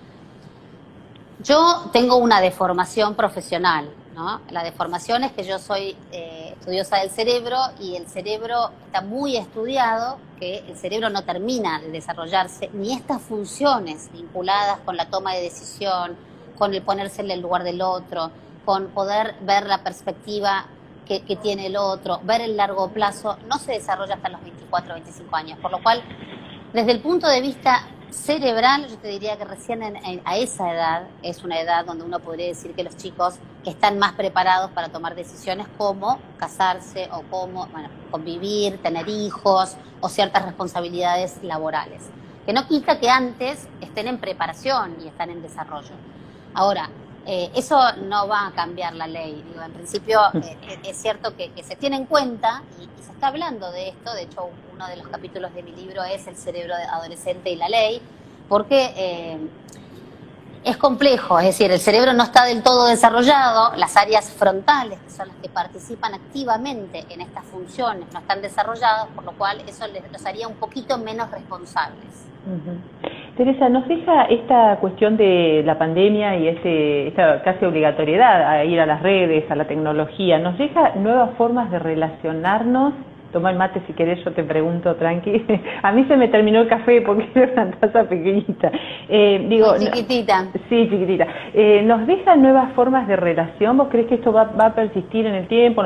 B: Yo tengo una deformación profesional, ¿no? La deformación es que yo soy estudiosa del cerebro y el cerebro está muy estudiado, que el cerebro no termina de desarrollarse, ni estas funciones vinculadas con la toma de decisión, con el ponerse en el lugar del otro, con poder ver la perspectiva que tiene el otro, ver el largo plazo, no se desarrolla hasta los 24 o 25 años. Por lo cual, desde el punto de vista cerebral, yo te diría que recién a esa edad es una edad donde uno podría decir que los chicos están más preparados para tomar decisiones como casarse o como convivir, tener hijos o ciertas responsabilidades laborales. Que no quita que antes estén en preparación y están en desarrollo. Ahora, eso no va a cambiar la ley. Digo, en principio es cierto que se tiene en cuenta y se está hablando de esto. De hecho, uno de los capítulos de mi libro es el cerebro adolescente y la ley, porque es complejo, es decir, el cerebro no está del todo desarrollado, las áreas frontales, que son las que participan activamente en estas funciones, no están desarrolladas, por lo cual eso los haría un poquito menos responsables.
A: Teresa, ¿nos deja esta cuestión de la pandemia y esta casi obligatoriedad a ir a las redes, a la tecnología, nos deja nuevas formas de relacionarnos? Toma el mate si querés, yo te pregunto, tranqui. A mí se me terminó el café porque era una taza pequeñita.
B: Chiquitita.
A: Sí, chiquitita. ¿Nos deja nuevas formas de relación? ¿Vos crees que esto va a persistir en el tiempo?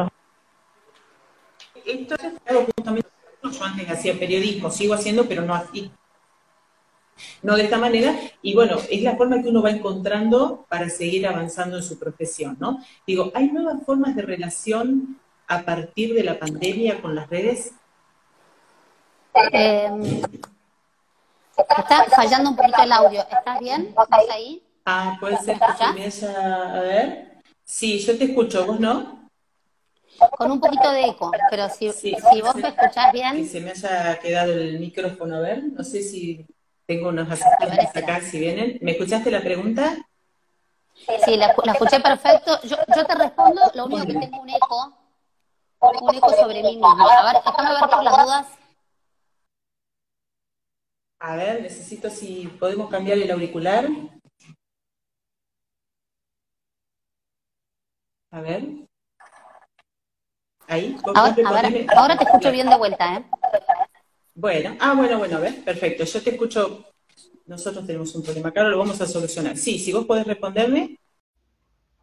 C: Esto es algo justamente, yo antes hacía periodismo, sigo haciendo, pero no así. No de esta manera, y bueno, es la forma que uno va encontrando para seguir avanzando en su profesión, ¿no? Digo, ¿hay nuevas formas de relación a partir de la pandemia con las redes?
B: Está fallando un poquito el audio. ¿Estás bien? ¿Estás ahí?
C: Puede ser que se me haya... A ver. Sí, yo te escucho, ¿vos no?
B: Con un poquito de eco, pero si vos me escuchás bien...
C: Que se me haya quedado el micrófono, a ver, no sé si tengo unos asistentes acá, si vienen. ¿Me escuchaste la pregunta?
B: Sí, la escuché perfecto. Yo te respondo, lo único que tengo un eco sobre mí mismo. A ver, déjame ver por las dudas.
C: A ver, necesito si podemos cambiar el auricular. A ver. Ahí.
B: Ahora te escucho bien de vuelta, ¿eh?
C: Bueno, bueno, a ver, perfecto. Yo te escucho. Nosotros tenemos un problema acá, ahora lo vamos a solucionar. Sí, si vos podés responderme.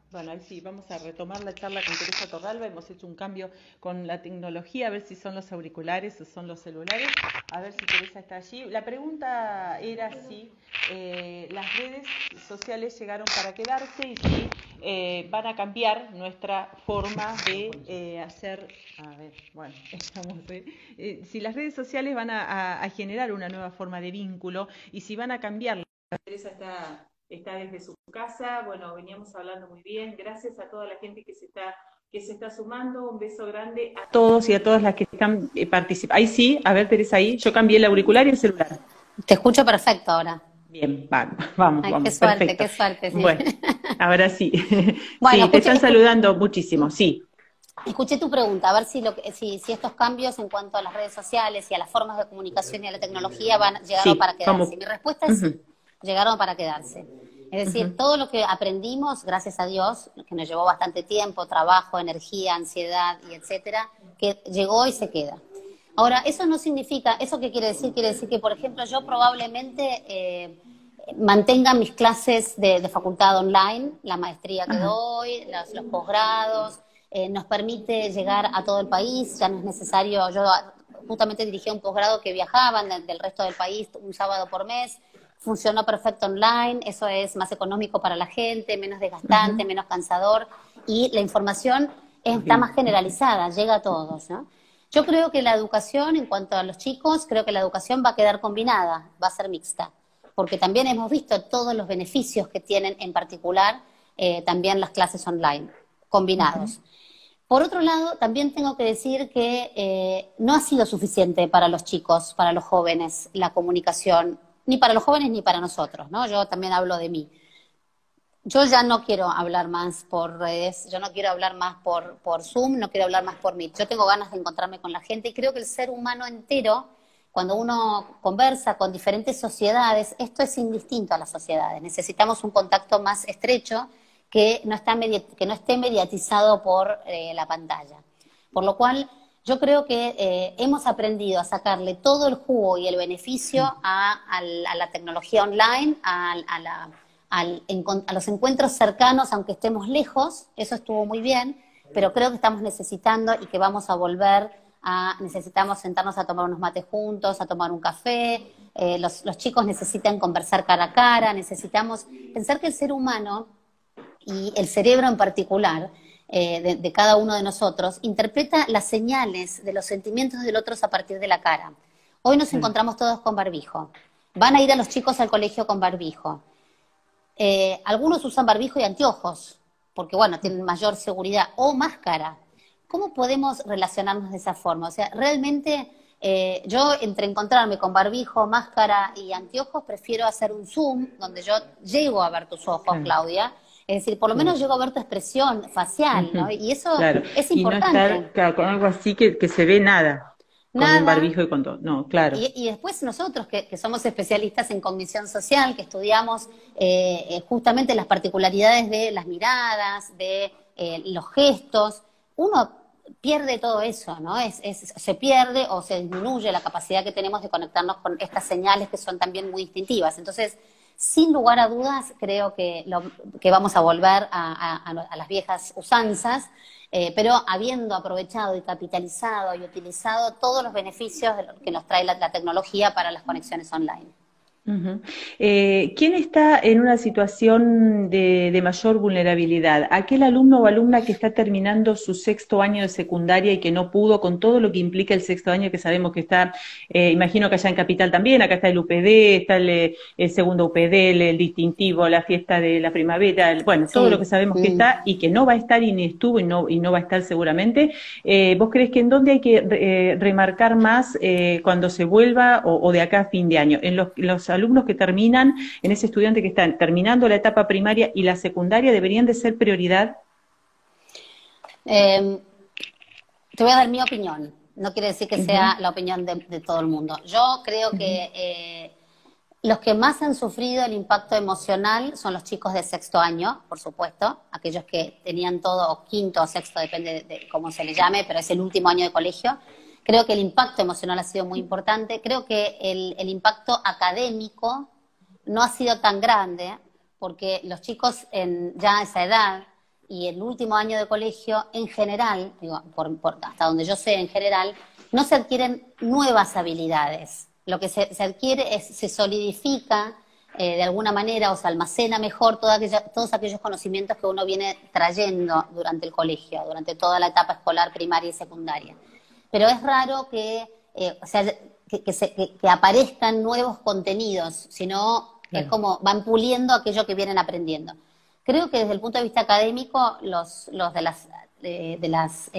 A: Bueno, ahí sí, vamos a retomar la charla con Teresa Torralba. Hemos hecho un cambio con la tecnología, a ver si son los auriculares o son los celulares. A ver si Teresa está allí. La pregunta era si las redes sociales llegaron para quedarse y si van a cambiar nuestra forma de hacer... A ver, bueno, estamos... si las redes sociales van a generar una nueva forma de vínculo y si van a cambiar. Teresa está desde su casa, bueno, veníamos hablando muy bien, gracias a toda la gente que se está sumando, un beso grande a todos y a todas las que están participando. Ahí sí, a ver Teresa, ahí, yo cambié el auricular y el celular.
B: Te escucho perfecto ahora.
A: Bien, vamos,
B: Ay,
A: vamos,
B: qué
A: perfecto.
B: suerte, sí.
A: Bueno, ahora sí.
B: Bueno,
A: sí, te están saludando muchísimo, sí.
B: Escuché tu pregunta, a ver si estos cambios en cuanto a las redes sociales y a las formas de comunicación y a la tecnología llegaron para quedarse. Mi respuesta es sí, llegaron para quedarse. Es decir, todo lo que aprendimos, gracias a Dios, que nos llevó bastante tiempo, trabajo, energía, ansiedad y etcétera, que llegó y se queda. Ahora, eso no significa, ¿eso qué quiere decir? Quiere decir que, por ejemplo, yo probablemente mantenga mis clases de facultad online, la maestría que doy, los posgrados, nos permite llegar a todo el país, ya no es necesario, yo justamente dirigí un posgrado que viajaban del resto del país un sábado por mes, funcionó perfecto online, eso es más económico para la gente, menos desgastante, menos cansador, y la información está más generalizada, llega a todos, ¿no? Yo creo que la educación, en cuanto a los chicos, creo que la educación va a quedar combinada, va a ser mixta, porque también hemos visto todos los beneficios que tienen, en particular, también las clases online, combinados. Por otro lado, también tengo que decir que no ha sido suficiente para los chicos, para los jóvenes, la comunicación, ni para los jóvenes ni para nosotros, ¿no? Yo también hablo de mí. Yo ya no quiero hablar más por redes, yo no quiero hablar más por Zoom, no quiero hablar más por Meet. Yo tengo ganas de encontrarme con la gente y creo que el ser humano entero, cuando uno conversa con diferentes sociedades, esto es indistinto a las sociedades. Necesitamos un contacto más estrecho que no esté mediatizado por la pantalla. Por lo cual, yo creo que hemos aprendido a sacarle todo el jugo y el beneficio a la tecnología online, a los encuentros cercanos, aunque estemos lejos, eso estuvo muy bien, pero creo que estamos necesitando y que vamos a volver necesitamos sentarnos a tomar unos mates juntos, a tomar un café, los chicos necesitan conversar cara a cara, necesitamos pensar que el ser humano y el cerebro en particular de cada uno de nosotros interpreta las señales de los sentimientos del otro a partir de la cara. Hoy nos encontramos todos con barbijo. Van a ir a los chicos al colegio con barbijo. Algunos usan barbijo y anteojos, porque bueno, tienen mayor seguridad, o máscara. ¿Cómo podemos relacionarnos de esa forma? O sea, realmente yo entre encontrarme con barbijo, máscara y anteojos, prefiero hacer un Zoom donde yo llego a ver tus ojos, Claudia. Es decir, por lo menos llego a ver tu expresión facial, ¿no? Y eso es importante.
A: Y no estar con algo así que se ve nada. Con un barbijo y con todo. No, claro.
B: Y después nosotros, que somos especialistas en cognición social, que estudiamos justamente las particularidades de las miradas, de los gestos, uno pierde todo eso, ¿no? Se pierde o se disminuye la capacidad que tenemos de conectarnos con estas señales que son también muy distintivas. Entonces, sin lugar a dudas, creo que vamos a volver a las viejas usanzas, pero habiendo aprovechado y capitalizado y utilizado todos los beneficios que nos trae la tecnología para las conexiones online.
A: ¿Quién está en una situación de mayor vulnerabilidad? ¿Aquel alumno o alumna que está terminando su sexto año de secundaria y que no pudo, con todo lo que implica el sexto año, que sabemos que está, imagino que allá en Capital también, acá está el UPD, está el segundo UPD, el distintivo, la fiesta de la primavera, bueno, todo lo que sabemos que está y que no va a estar y ni estuvo y no va a estar seguramente. ¿Vos crees que en dónde hay que remarcar más cuando se vuelva o de acá a fin de año? En los alumnos que terminan, en ese estudiante que están terminando la etapa primaria y la secundaria, ¿deberían de ser prioridad?
B: Te voy a dar mi opinión, no quiere decir que sea la opinión de todo el mundo. Yo creo que los que más han sufrido el impacto emocional son los chicos de sexto año, por supuesto, aquellos que tenían todo, o quinto o sexto, depende de cómo se le llame, pero es el último año de colegio. Creo que el impacto emocional ha sido muy importante. Creo que el impacto académico no ha sido tan grande, porque los chicos ya a esa edad y el último año de colegio, en general, digo, hasta donde yo sé, en general, no se adquieren nuevas habilidades. Lo que se adquiere se solidifica de alguna manera, o se almacena mejor todos aquellos conocimientos que uno viene trayendo durante el colegio, durante toda la etapa escolar primaria y secundaria. Pero es raro que aparezcan nuevos contenidos, sino es como van puliendo aquello que vienen aprendiendo. Creo que desde el punto de vista académico, los de las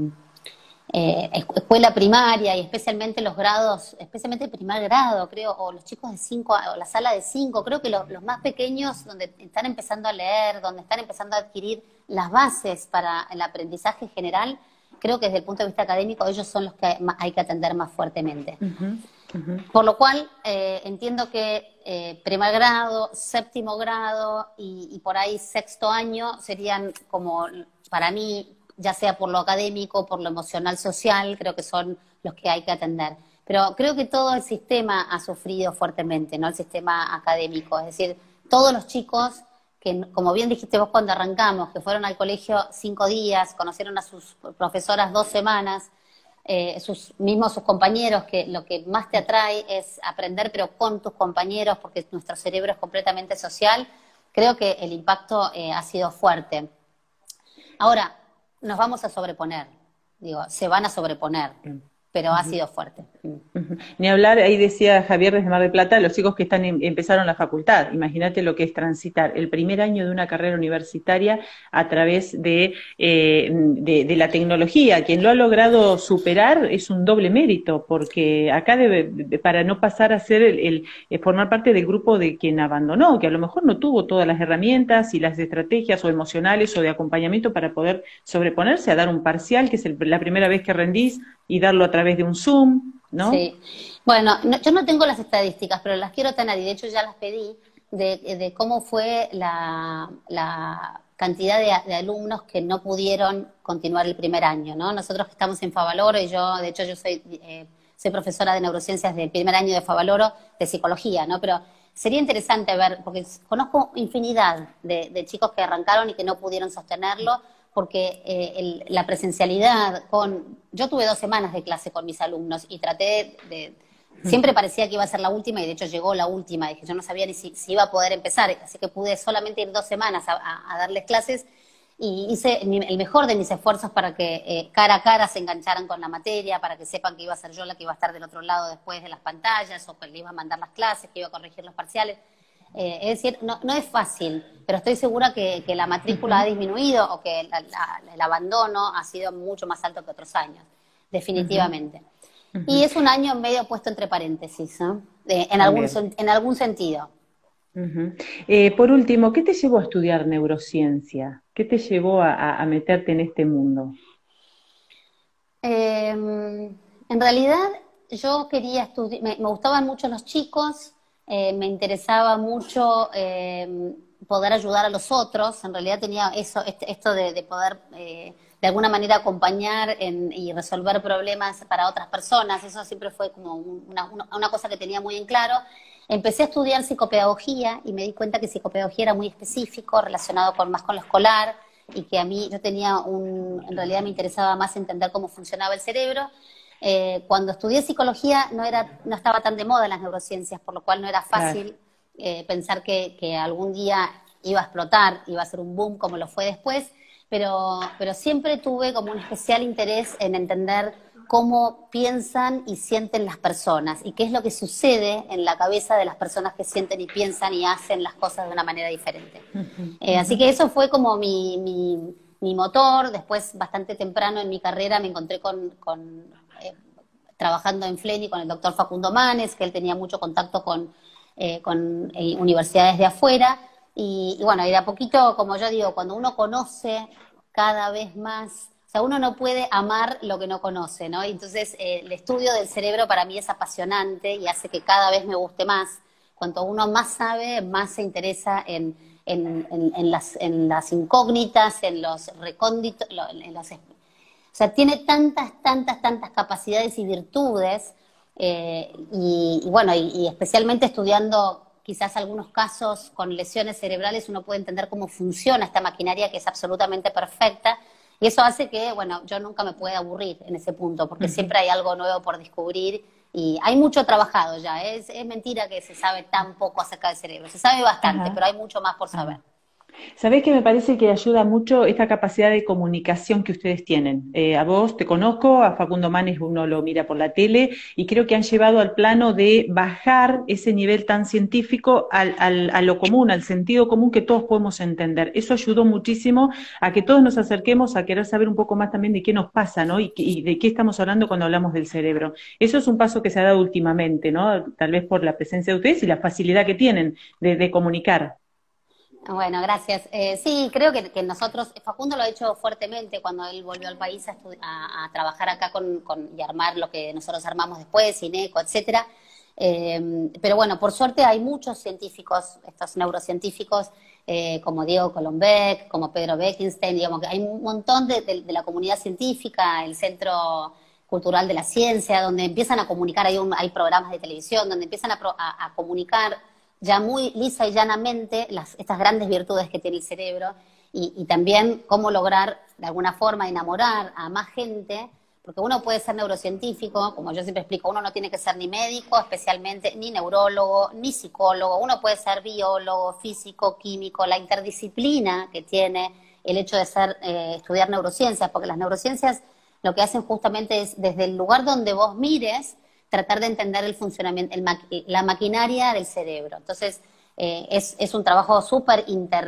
B: escuela primaria y especialmente los grados, especialmente el primer grado, creo, o los chicos de 5, o la sala de 5, creo que los más pequeños, donde están empezando a leer, donde están empezando a adquirir las bases para el aprendizaje general, creo que desde el punto de vista académico ellos son los que hay que atender más fuertemente. Por lo cual, entiendo que primer grado, séptimo grado y por ahí sexto año serían como, para mí, ya sea por lo académico, por lo emocional, social, creo que son los que hay que atender. Pero creo que todo el sistema ha sufrido fuertemente, ¿no? El sistema académico, es decir, todos los chicos que, como bien dijiste vos cuando arrancamos, que fueron al colegio 5 días, conocieron a sus profesoras 2 semanas, sus compañeros, que lo que más te atrae es aprender, pero con tus compañeros, porque nuestro cerebro es completamente social, creo que el impacto ha sido fuerte. Ahora, nos vamos a sobreponer, digo, se van a sobreponer, pero ha sido fuerte.
A: Ni hablar, ahí decía Javier desde Mar del Plata, los chicos que empezaron la facultad, imagínate lo que es transitar el primer año de una carrera universitaria a través de la tecnología. Quien lo ha logrado superar es un doble mérito, porque acá para no pasar a ser formar parte del grupo de quien abandonó, que a lo mejor no tuvo todas las herramientas y las estrategias o emocionales o de acompañamiento para poder sobreponerse a dar un parcial, que es la primera vez que rendís, y darlo a través de un Zoom, ¿no?
B: Sí. Bueno, yo no tengo las estadísticas, pero las quiero tener, y de hecho ya las pedí, de cómo fue la cantidad de alumnos que no pudieron continuar el primer año, ¿no? Nosotros que estamos en Favaloro, y yo soy profesora de neurociencias del primer año de Favaloro, de psicología, ¿no? Pero sería interesante ver, porque conozco infinidad de chicos que arrancaron y que no pudieron sostenerlo, porque la presencialidad yo tuve 2 semanas de clase con mis alumnos y siempre parecía que iba a ser la última, y de hecho llegó la última, dije, yo no sabía ni si iba a poder empezar, así que pude solamente ir 2 semanas a darles clases, y hice el mejor de mis esfuerzos para que cara a cara se engancharan con la materia, para que sepan que iba a ser yo la que iba a estar del otro lado después de las pantallas, o que le iba a mandar las clases, que iba a corregir los parciales. Es decir, no es fácil, pero estoy segura que la matrícula ha disminuido, o que el abandono ha sido mucho más alto que otros años, definitivamente. Y es un año medio puesto entre paréntesis, ¿no? En algún sentido.
A: Por último, ¿qué te llevó a estudiar neurociencia? ¿Qué te llevó a meterte en este mundo?
B: En realidad, yo quería estudiar, me gustaban mucho los chicos. Me interesaba mucho poder ayudar a los otros. En realidad tenía esto de poder de alguna manera acompañar y resolver problemas para otras personas. Eso siempre fue como una cosa que tenía muy en claro. Empecé a estudiar psicopedagogía y me di cuenta que psicopedagogía era muy específico, relacionado más con lo escolar, y que a mí en realidad me interesaba más entender cómo funcionaba el cerebro. Cuando estudié psicología no estaba tan de moda las neurociencias, por lo cual no era fácil pensar que algún día iba a explotar, iba a ser un boom como lo fue después, pero siempre tuve como un especial interés en entender cómo piensan y sienten las personas, y qué es lo que sucede en la cabeza de las personas que sienten y piensan y hacen las cosas de una manera diferente. Así que eso fue como mi motor. Después, bastante temprano en mi carrera, me encontré trabajando en FLENI con el doctor Facundo Manes, que él tenía mucho contacto con universidades de afuera, y bueno, y de a poquito, como yo digo, cuando uno conoce cada vez más, o sea, uno no puede amar lo que no conoce, ¿no? Y entonces el estudio del cerebro para mí es apasionante y hace que cada vez me guste más. Cuanto uno más sabe, más se interesa en las incógnitas, en los recónditos, o sea, tiene tantas capacidades y virtudes, y bueno, y especialmente estudiando quizás algunos casos con lesiones cerebrales uno puede entender cómo funciona esta maquinaria que es absolutamente perfecta. Y eso hace que, bueno, yo nunca me pueda aburrir en ese punto, porque siempre hay algo nuevo por descubrir y hay mucho trabajado ya. Es mentira que se sabe tan poco acerca del cerebro. Se sabe bastante, pero hay mucho más por saber.
A: ¿Sabés que me parece que ayuda mucho esta capacidad de comunicación que ustedes tienen? A vos te conozco, a Facundo Manes uno lo mira por la tele y creo que han llevado al plano de bajar ese nivel tan científico a lo común, al sentido común que todos podemos entender. Eso ayudó muchísimo a que todos nos acerquemos a querer saber un poco más también de qué nos pasa, ¿no? Y de qué estamos hablando cuando hablamos del cerebro. Eso es un paso que se ha dado últimamente, ¿no? Tal vez por la presencia de ustedes y la facilidad que tienen de comunicar.
B: Bueno, gracias. Sí, creo que nosotros, Facundo lo ha hecho fuertemente cuando él volvió al país a trabajar acá y armar lo que nosotros armamos después, INECO, etcétera. Pero bueno, por suerte hay muchos científicos, estos neurocientíficos, como Diego Colombek, como Pedro Bekenstein, digamos que hay un montón de la comunidad científica, el Centro Cultural de la Ciencia, donde empiezan a comunicar, hay programas de televisión, donde empiezan a comunicar ya muy lisa y llanamente estas grandes virtudes que tiene el cerebro y también cómo lograr de alguna forma enamorar a más gente, porque uno puede ser neurocientífico, como yo siempre explico, uno no tiene que ser ni médico especialmente, ni neurólogo, ni psicólogo, uno puede ser biólogo, físico, químico, la interdisciplina que tiene el hecho de estudiar neurociencias, porque las neurociencias lo que hacen justamente es desde el lugar donde vos mires, tratar de entender el funcionamiento, la maquinaria del cerebro. Entonces, es un trabajo súper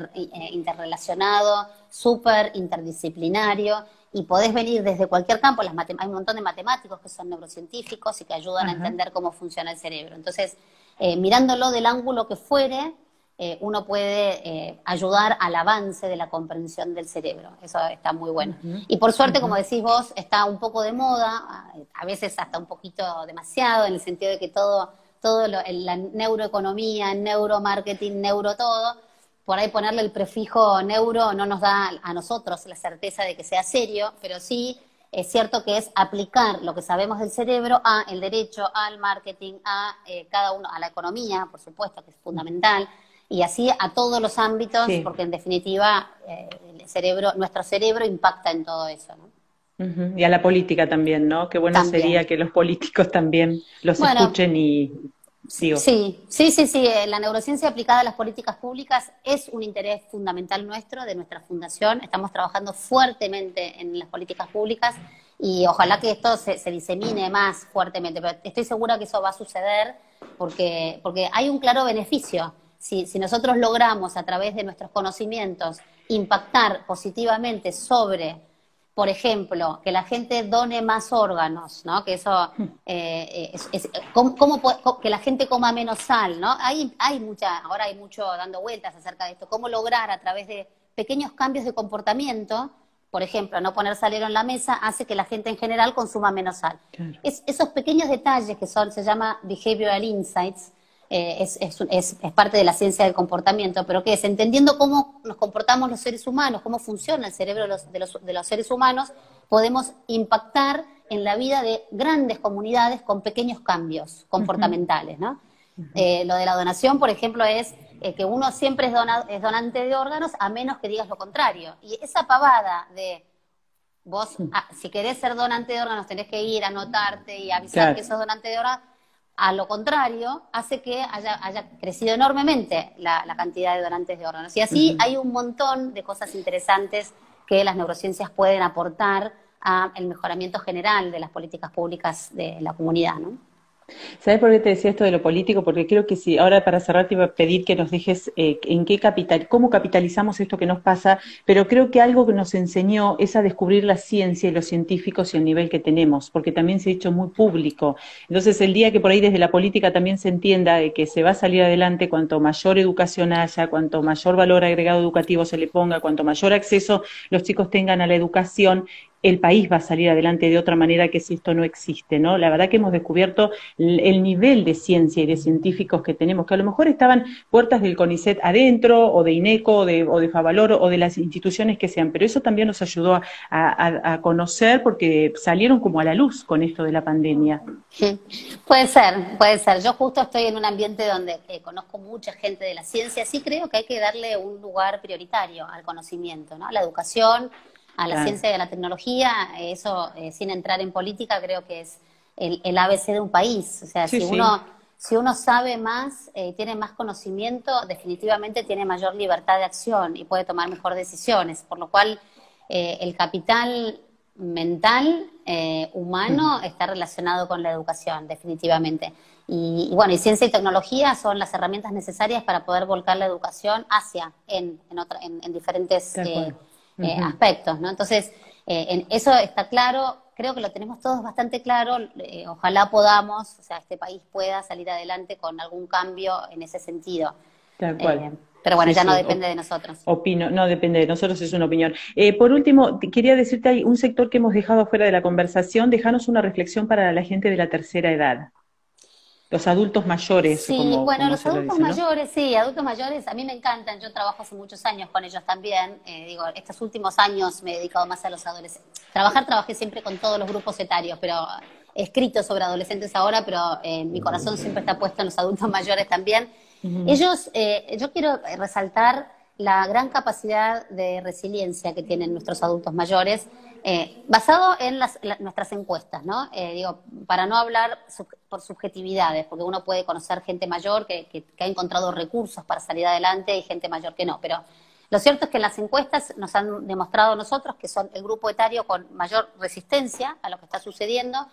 B: interrelacionado, súper interdisciplinario, y podés venir desde cualquier campo. Hay un montón de matemáticos que son neurocientíficos y que ayudan a entender cómo funciona el cerebro. Entonces, mirándolo del ángulo que fuere, uno puede ayudar al avance de la comprensión del cerebro. Eso está muy bueno. Y por suerte, como decís vos, está un poco de moda, a veces hasta un poquito demasiado, en el sentido de que todo la neuroeconomía, neuromarketing, neuro todo, por ahí ponerle el prefijo neuro no nos da a nosotros la certeza de que sea serio, pero sí es cierto que es aplicar lo que sabemos del cerebro a el derecho, al marketing, a cada uno, a la economía, por supuesto, que es fundamental, y así a todos los ámbitos, porque en definitiva nuestro cerebro impacta en todo eso, ¿no?
A: Y a la política también, ¿no? Qué bueno sería que los políticos también los escuchen y... Digo.
B: Sí. La neurociencia aplicada a las políticas públicas es un interés fundamental nuestro, de nuestra fundación. Estamos trabajando fuertemente en las políticas públicas y ojalá que esto se disemine más fuertemente, pero estoy segura que eso va a suceder porque hay un claro beneficio. Si nosotros logramos a través de nuestros conocimientos impactar positivamente sobre, por ejemplo, que la gente done más órganos, ¿no? Que eso que la gente coma menos sal, ¿no? Ahora hay mucho dando vueltas acerca de esto. Cómo lograr a través de pequeños cambios de comportamiento, por ejemplo, no poner salero en la mesa, hace que la gente en general consuma menos sal. Claro. Esos pequeños detalles que se llama behavioral insights, es parte de la ciencia del comportamiento, pero que es entendiendo cómo nos comportamos los seres humanos, cómo funciona el cerebro de los seres humanos, podemos impactar en la vida de grandes comunidades con pequeños cambios comportamentales, ¿no? Lo de la donación, por ejemplo, es que uno siempre es donante de órganos a menos que digas lo contrario. Y esa pavada de vos, si querés ser donante de órganos, tenés que ir, anotarte y avisar que sos donante de órganos. A lo contrario, hace que haya crecido enormemente la cantidad de donantes de órganos. Y así hay un montón de cosas interesantes que las neurociencias pueden aportar al mejoramiento general de las políticas públicas de la comunidad, ¿no?
A: ¿Sabes por qué te decía esto de lo político? Porque creo que sí, ahora para cerrar te iba a pedir que nos dejes cómo capitalizamos esto que nos pasa, pero creo que algo que nos enseñó es a descubrir la ciencia y los científicos y el nivel que tenemos, porque también se ha hecho muy público. Entonces el día que por ahí desde la política también se entienda de que se va a salir adelante, cuanto mayor educación haya, cuanto mayor valor agregado educativo se le ponga, cuanto mayor acceso los chicos tengan a la educación, el país va a salir adelante de otra manera que si esto no existe, ¿no? La verdad que hemos descubierto el nivel de ciencia y de científicos que tenemos, que a lo mejor estaban puertas del CONICET adentro, o de INECO, o de Favaloro, o de las instituciones que sean, pero eso también nos ayudó a conocer porque salieron como a la luz con esto de la pandemia.
B: Puede ser, puede ser. Yo justo estoy en un ambiente donde conozco mucha gente de la ciencia, sí creo que hay que darle un lugar prioritario al conocimiento, ¿no? A la educación, a la
A: Claro.
B: ciencia y a la tecnología, eso sin entrar en política creo que es el ABC de un país. O sea,
A: Sí, sí,
B: si uno sabe más, tiene más conocimiento, definitivamente tiene mayor libertad de acción y puede tomar mejor decisiones, por lo cual el capital mental, humano, está relacionado con la educación, definitivamente. Y bueno, y ciencia y tecnología son las herramientas necesarias para poder volcar la educación hacia, en diferentes
A: tal cual.
B: aspectos, ¿no? Entonces, eso está claro, creo que lo tenemos todos bastante claro, ojalá podamos, o sea, este país pueda salir adelante con algún cambio en ese sentido.
A: Tal
B: Eh,
A: cual.
B: pero bueno,
A: Sí,
B: ya no
A: sí.
B: depende de nosotros.
A: Opino, no depende de nosotros, es una opinión. Por último, quería decirte, hay un sector que hemos dejado afuera de la conversación, dejanos una reflexión para la gente de la tercera edad, los adultos mayores,
B: Sí, bueno,
A: como
B: los
A: se lo
B: adultos
A: dice, ¿no?
B: mayores, sí, adultos mayores, a mí me encantan, yo trabajo hace muchos años con ellos también, digo, estos últimos años me he dedicado más a los adolescentes. Trabajé siempre con todos los grupos etarios, pero he escrito sobre adolescentes ahora, pero mi corazón siempre está puesto en los adultos mayores también.
A: Ujú.
B: Ellos, yo quiero resaltar la gran capacidad de resiliencia que tienen nuestros adultos mayores, basado en nuestras encuestas, ¿no? Digo, para no hablar por subjetividades, porque uno puede conocer gente mayor que ha encontrado recursos para salir adelante y gente mayor que no, pero lo cierto es que en las encuestas nos han demostrado a nosotros que son el grupo etario con mayor resistencia a lo que está sucediendo.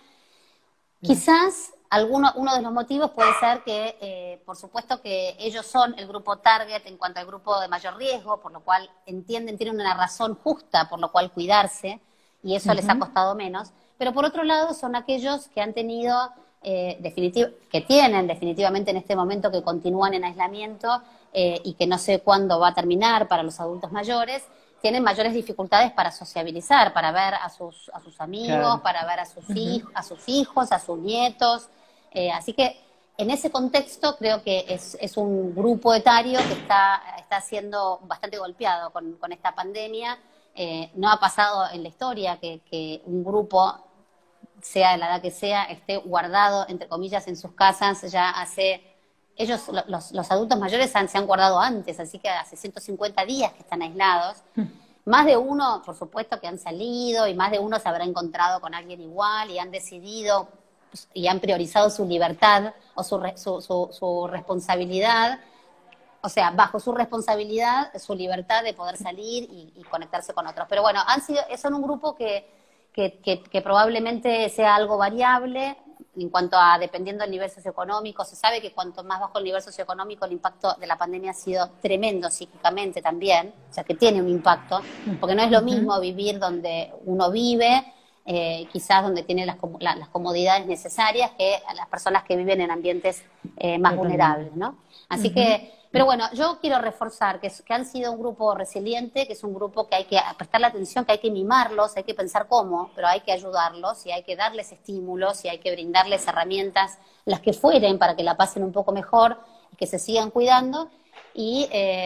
B: Quizás uno de los motivos puede ser que, por supuesto que ellos son el grupo target en cuanto al grupo de mayor riesgo, por lo cual tienen una razón justa por lo cual cuidarse, y eso les ha
A: Ujú.
B: costado menos. Pero por otro lado son aquellos que han tenido, que tienen definitivamente en este momento, que continúan en aislamiento, y que no sé cuándo va a terminar para los adultos mayores, tienen mayores dificultades para sociabilizar, para ver a sus amigos,
A: Claro.
B: para ver a
A: Ujú.
B: a sus hijos, a sus nietos. Así que en ese contexto creo que es un grupo etario que está siendo bastante golpeado con esta pandemia. No ha pasado en la historia que un grupo, sea de la edad que sea, esté guardado, entre comillas, en sus casas ya hace... Ellos, los adultos mayores se han guardado antes, así que hace 150 días que están aislados. Más de uno, por supuesto, que han salido, y más de uno se habrá encontrado con alguien igual y han decidido y han priorizado su libertad o su responsabilidad, o sea, bajo su responsabilidad, su libertad de poder salir y conectarse con otros. Pero bueno, son un grupo que probablemente sea algo variable en cuanto a, dependiendo del nivel socioeconómico. Se sabe que cuanto más bajo el nivel socioeconómico, el impacto de la pandemia ha sido tremendo psíquicamente también, o sea, que tiene un impacto, porque no es lo
A: Ujú.
B: mismo vivir donde uno vive, quizás donde tiene las comodidades necesarias, que a las personas que viven en ambientes más
A: Totalmente.
B: vulnerables, ¿no? Así
A: Ujú.
B: que, pero bueno, yo quiero reforzar que han sido un grupo resiliente, que es un grupo que hay que prestarle atención, que hay que mimarlos, hay que pensar cómo, pero hay que ayudarlos y hay que darles estímulos y hay que brindarles herramientas, las que fueren, para que la pasen un poco mejor y que se sigan cuidando. Y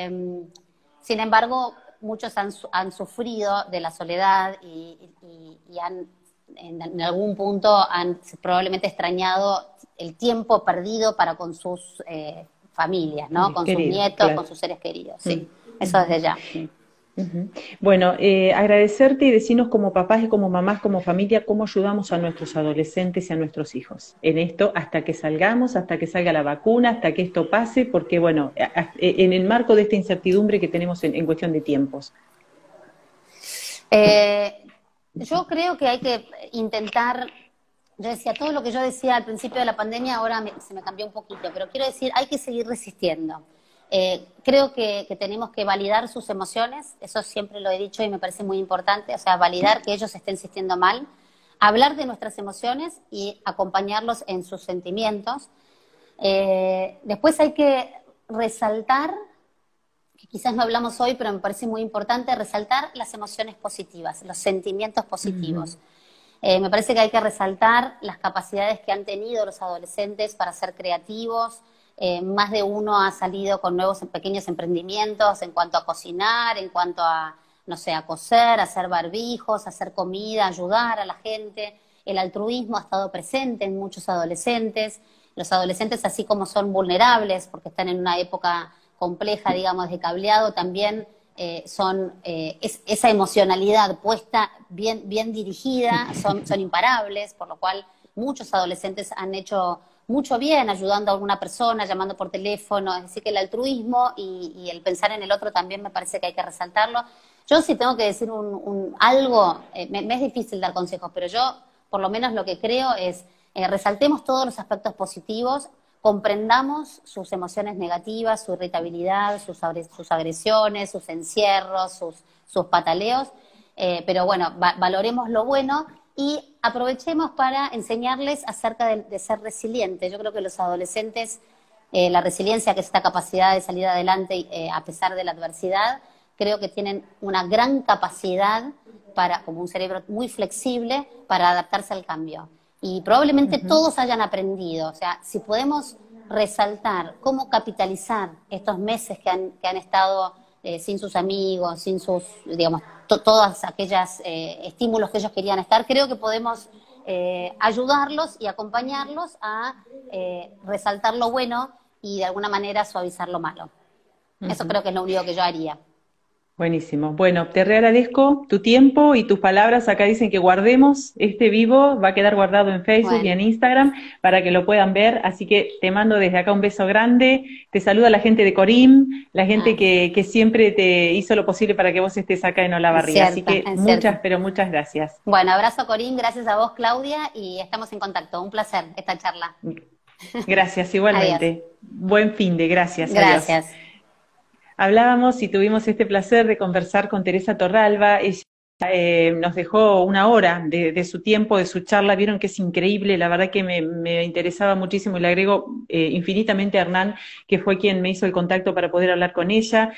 B: sin embargo, muchos han sufrido de la soledad y han, en algún punto, han probablemente extrañado el tiempo perdido para con sus familias, ¿no?
A: Seres
B: Con sus
A: queridos,
B: nietos, con
A: claro.
B: sus seres queridos,
A: Mm.
B: sí. Eso desde ya.
A: Ujú. Bueno, agradecerte y decirnos como papás y como mamás, como familia, cómo ayudamos a nuestros adolescentes y a nuestros hijos en esto hasta que salgamos, hasta que salga la vacuna, hasta que esto pase, porque bueno, en el marco de esta incertidumbre que tenemos en cuestión de tiempos.
B: Yo creo que hay que intentar, yo decía, todo lo que yo decía al principio de la pandemia, ahora se me cambió un poquito, pero quiero decir, hay que seguir resistiendo. Creo que tenemos que validar sus emociones, eso siempre lo he dicho y me parece muy importante, o sea, validar que ellos estén sintiendo mal, hablar de nuestras emociones y acompañarlos en sus sentimientos. Después hay que resaltar que quizás no hablamos hoy, pero me parece muy importante, resaltar las emociones positivas, los sentimientos positivos. Me parece que hay que resaltar las capacidades que han tenido los adolescentes para ser creativos. Más de uno ha salido con nuevos pequeños emprendimientos en cuanto a cocinar, en cuanto a, no sé, a coser, a hacer barbijos, a hacer comida, ayudar a la gente. El altruismo ha estado presente en muchos adolescentes. Los adolescentes, así como son vulnerables, porque están en una época compleja, digamos, de cableado, también son esa emocionalidad puesta, bien dirigida, son imparables, por lo cual muchos adolescentes han hecho mucho bien ayudando a alguna persona, llamando por teléfono. Es decir, que el altruismo y el pensar en el otro también me parece que hay que resaltarlo. Yo sí tengo que decir algo, me es difícil dar consejos, pero yo por lo menos lo que creo es resaltemos todos los aspectos positivos, comprendamos sus emociones negativas, su irritabilidad, sus agresiones, sus encierros, sus pataleos, pero bueno, valoremos lo bueno y aprovechemos para enseñarles acerca de ser resilientes. Yo creo que los adolescentes, la resiliencia, que es esta capacidad de salir adelante a pesar de la adversidad, creo que tienen una gran capacidad como un cerebro muy flexible para adaptarse al cambio. Y probablemente todos hayan aprendido. O sea, si podemos resaltar cómo capitalizar estos meses que han estado sin sus amigos, sin sus, digamos, todas aquellas estímulos que ellos querían estar, creo que podemos ayudarlos y acompañarlos a resaltar lo bueno y de alguna manera suavizar lo malo. Eso creo que es lo único que yo haría.
A: Buenísimo. Bueno, te agradezco tu tiempo y tus palabras. Acá dicen que guardemos este vivo, va a quedar guardado en Facebook y en Instagram para que lo puedan ver. Así que te mando desde acá un beso grande. Te saluda la gente de Corim, la gente que siempre te hizo lo posible para que vos estés acá en Olavarría. Así que muchas gracias.
B: Bueno, abrazo Corim, gracias a vos Claudia y estamos en contacto. Un placer esta charla.
A: Gracias, igualmente. Adiós. Buen fin de, gracias.
B: Gracias.
A: Adiós. Hablábamos y tuvimos este placer de conversar con Teresa Torralba. Ella nos dejó una hora de su tiempo, de su charla. Vieron que es increíble, la verdad que me interesaba muchísimo y le agrego infinitamente a Hernán, que fue quien me hizo el contacto para poder hablar con ella.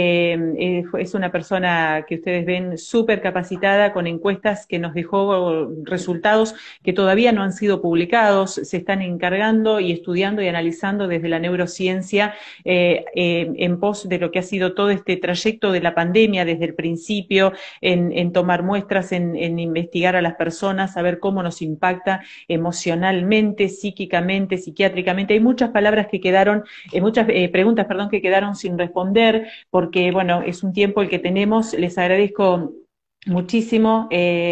A: Es una persona que ustedes ven súper capacitada, con encuestas que nos dejó resultados que todavía no han sido publicados, se están encargando y estudiando y analizando desde la neurociencia en pos de lo que ha sido todo este trayecto de la pandemia desde el principio, en tomar muestras, en investigar a las personas, a ver cómo nos impacta emocionalmente, psíquicamente, psiquiátricamente. Hay muchas palabras que quedaron, muchas preguntas, perdón, que quedaron sin responder, porque, bueno, es un tiempo el que tenemos. Les agradezco muchísimo.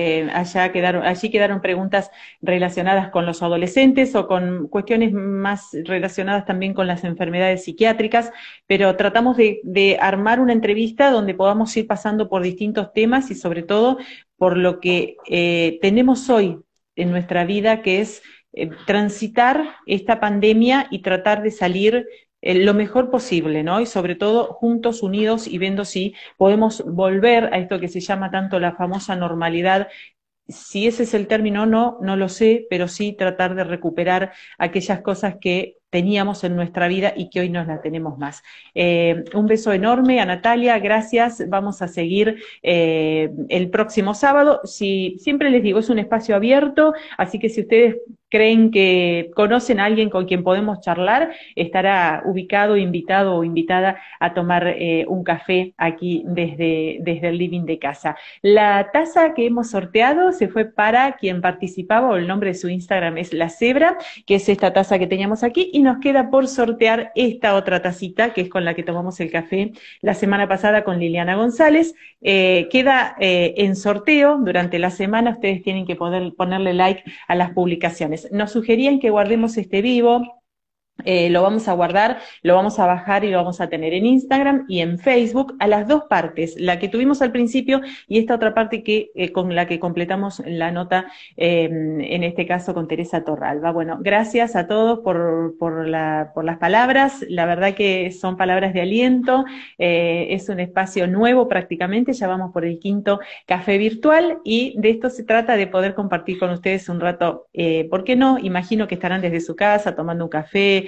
A: Allí quedaron preguntas relacionadas con los adolescentes o con cuestiones más relacionadas también con las enfermedades psiquiátricas, pero tratamos de armar una entrevista donde podamos ir pasando por distintos temas y sobre todo por lo que tenemos hoy en nuestra vida, que es transitar esta pandemia y tratar de salir lo mejor posible, ¿no? Y sobre todo juntos, unidos y viendo si podemos volver a esto que se llama tanto la famosa normalidad. Si ese es el término o no, no lo sé, pero sí tratar de recuperar aquellas cosas que teníamos en nuestra vida y que hoy no las tenemos más. Un beso enorme a Natalia, gracias. Vamos a seguir el próximo sábado. Siempre les digo, es un espacio abierto, así que si ustedes creen que conocen a alguien con quien podemos charlar, estará ubicado, invitado o invitada a tomar un café aquí desde el living de casa. La taza que hemos sorteado se fue para quien participaba, o el nombre de su Instagram es La Cebra, que es esta taza que teníamos aquí, y nos queda por sortear esta otra tacita, que es con la que tomamos el café la semana pasada con Liliana González. Queda en sorteo durante la semana, ustedes tienen que poder ponerle like a las publicaciones. Nos sugerían que guardemos este vivo. Lo vamos a guardar, lo vamos a bajar y lo vamos a tener en Instagram y en Facebook, a las dos partes, la que tuvimos al principio y esta otra parte con la que completamos la nota, en este caso con Teresa Torralba. Bueno, gracias a todos por las palabras, la verdad que son palabras de aliento, es un espacio nuevo prácticamente, ya vamos por el 5º café virtual y de esto se trata, de poder compartir con ustedes un rato, ¿por qué no? Imagino que estarán desde su casa tomando un café,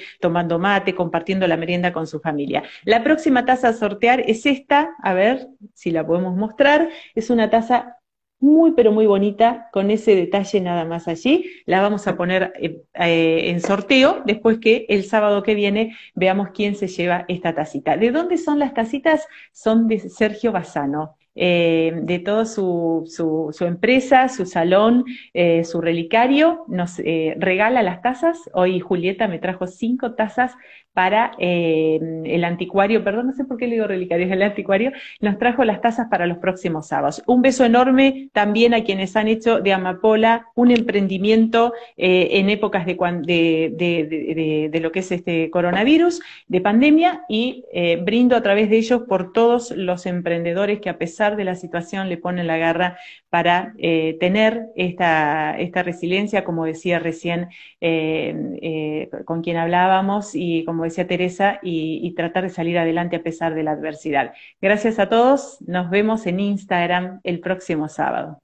A: tomando mate, compartiendo la merienda con su familia. La próxima taza a sortear es esta, a ver si la podemos mostrar, es una taza muy pero muy bonita, con ese detalle nada más allí, la vamos a poner en sorteo, después que el sábado que viene veamos quién se lleva esta tacita. ¿De dónde son las tacitas? Son de Sergio Bassano. De toda su empresa, su salón, su relicario, nos regala las tazas. Hoy Julieta me trajo 5 tazas para el anticuario, perdón, no sé por qué le digo relicario, es el anticuario, nos trajo las tazas para los próximos sábados. Un beso enorme también a quienes han hecho de Amapola un emprendimiento en épocas de lo que es este coronavirus, de pandemia, y brindo a través de ellos por todos los emprendedores que a pesar de la situación le ponen la garra para tener esta resiliencia, como decía recién con quien hablábamos y como decía Teresa, y tratar de salir adelante a pesar de la adversidad. Gracias a todos, nos vemos en Instagram el próximo sábado.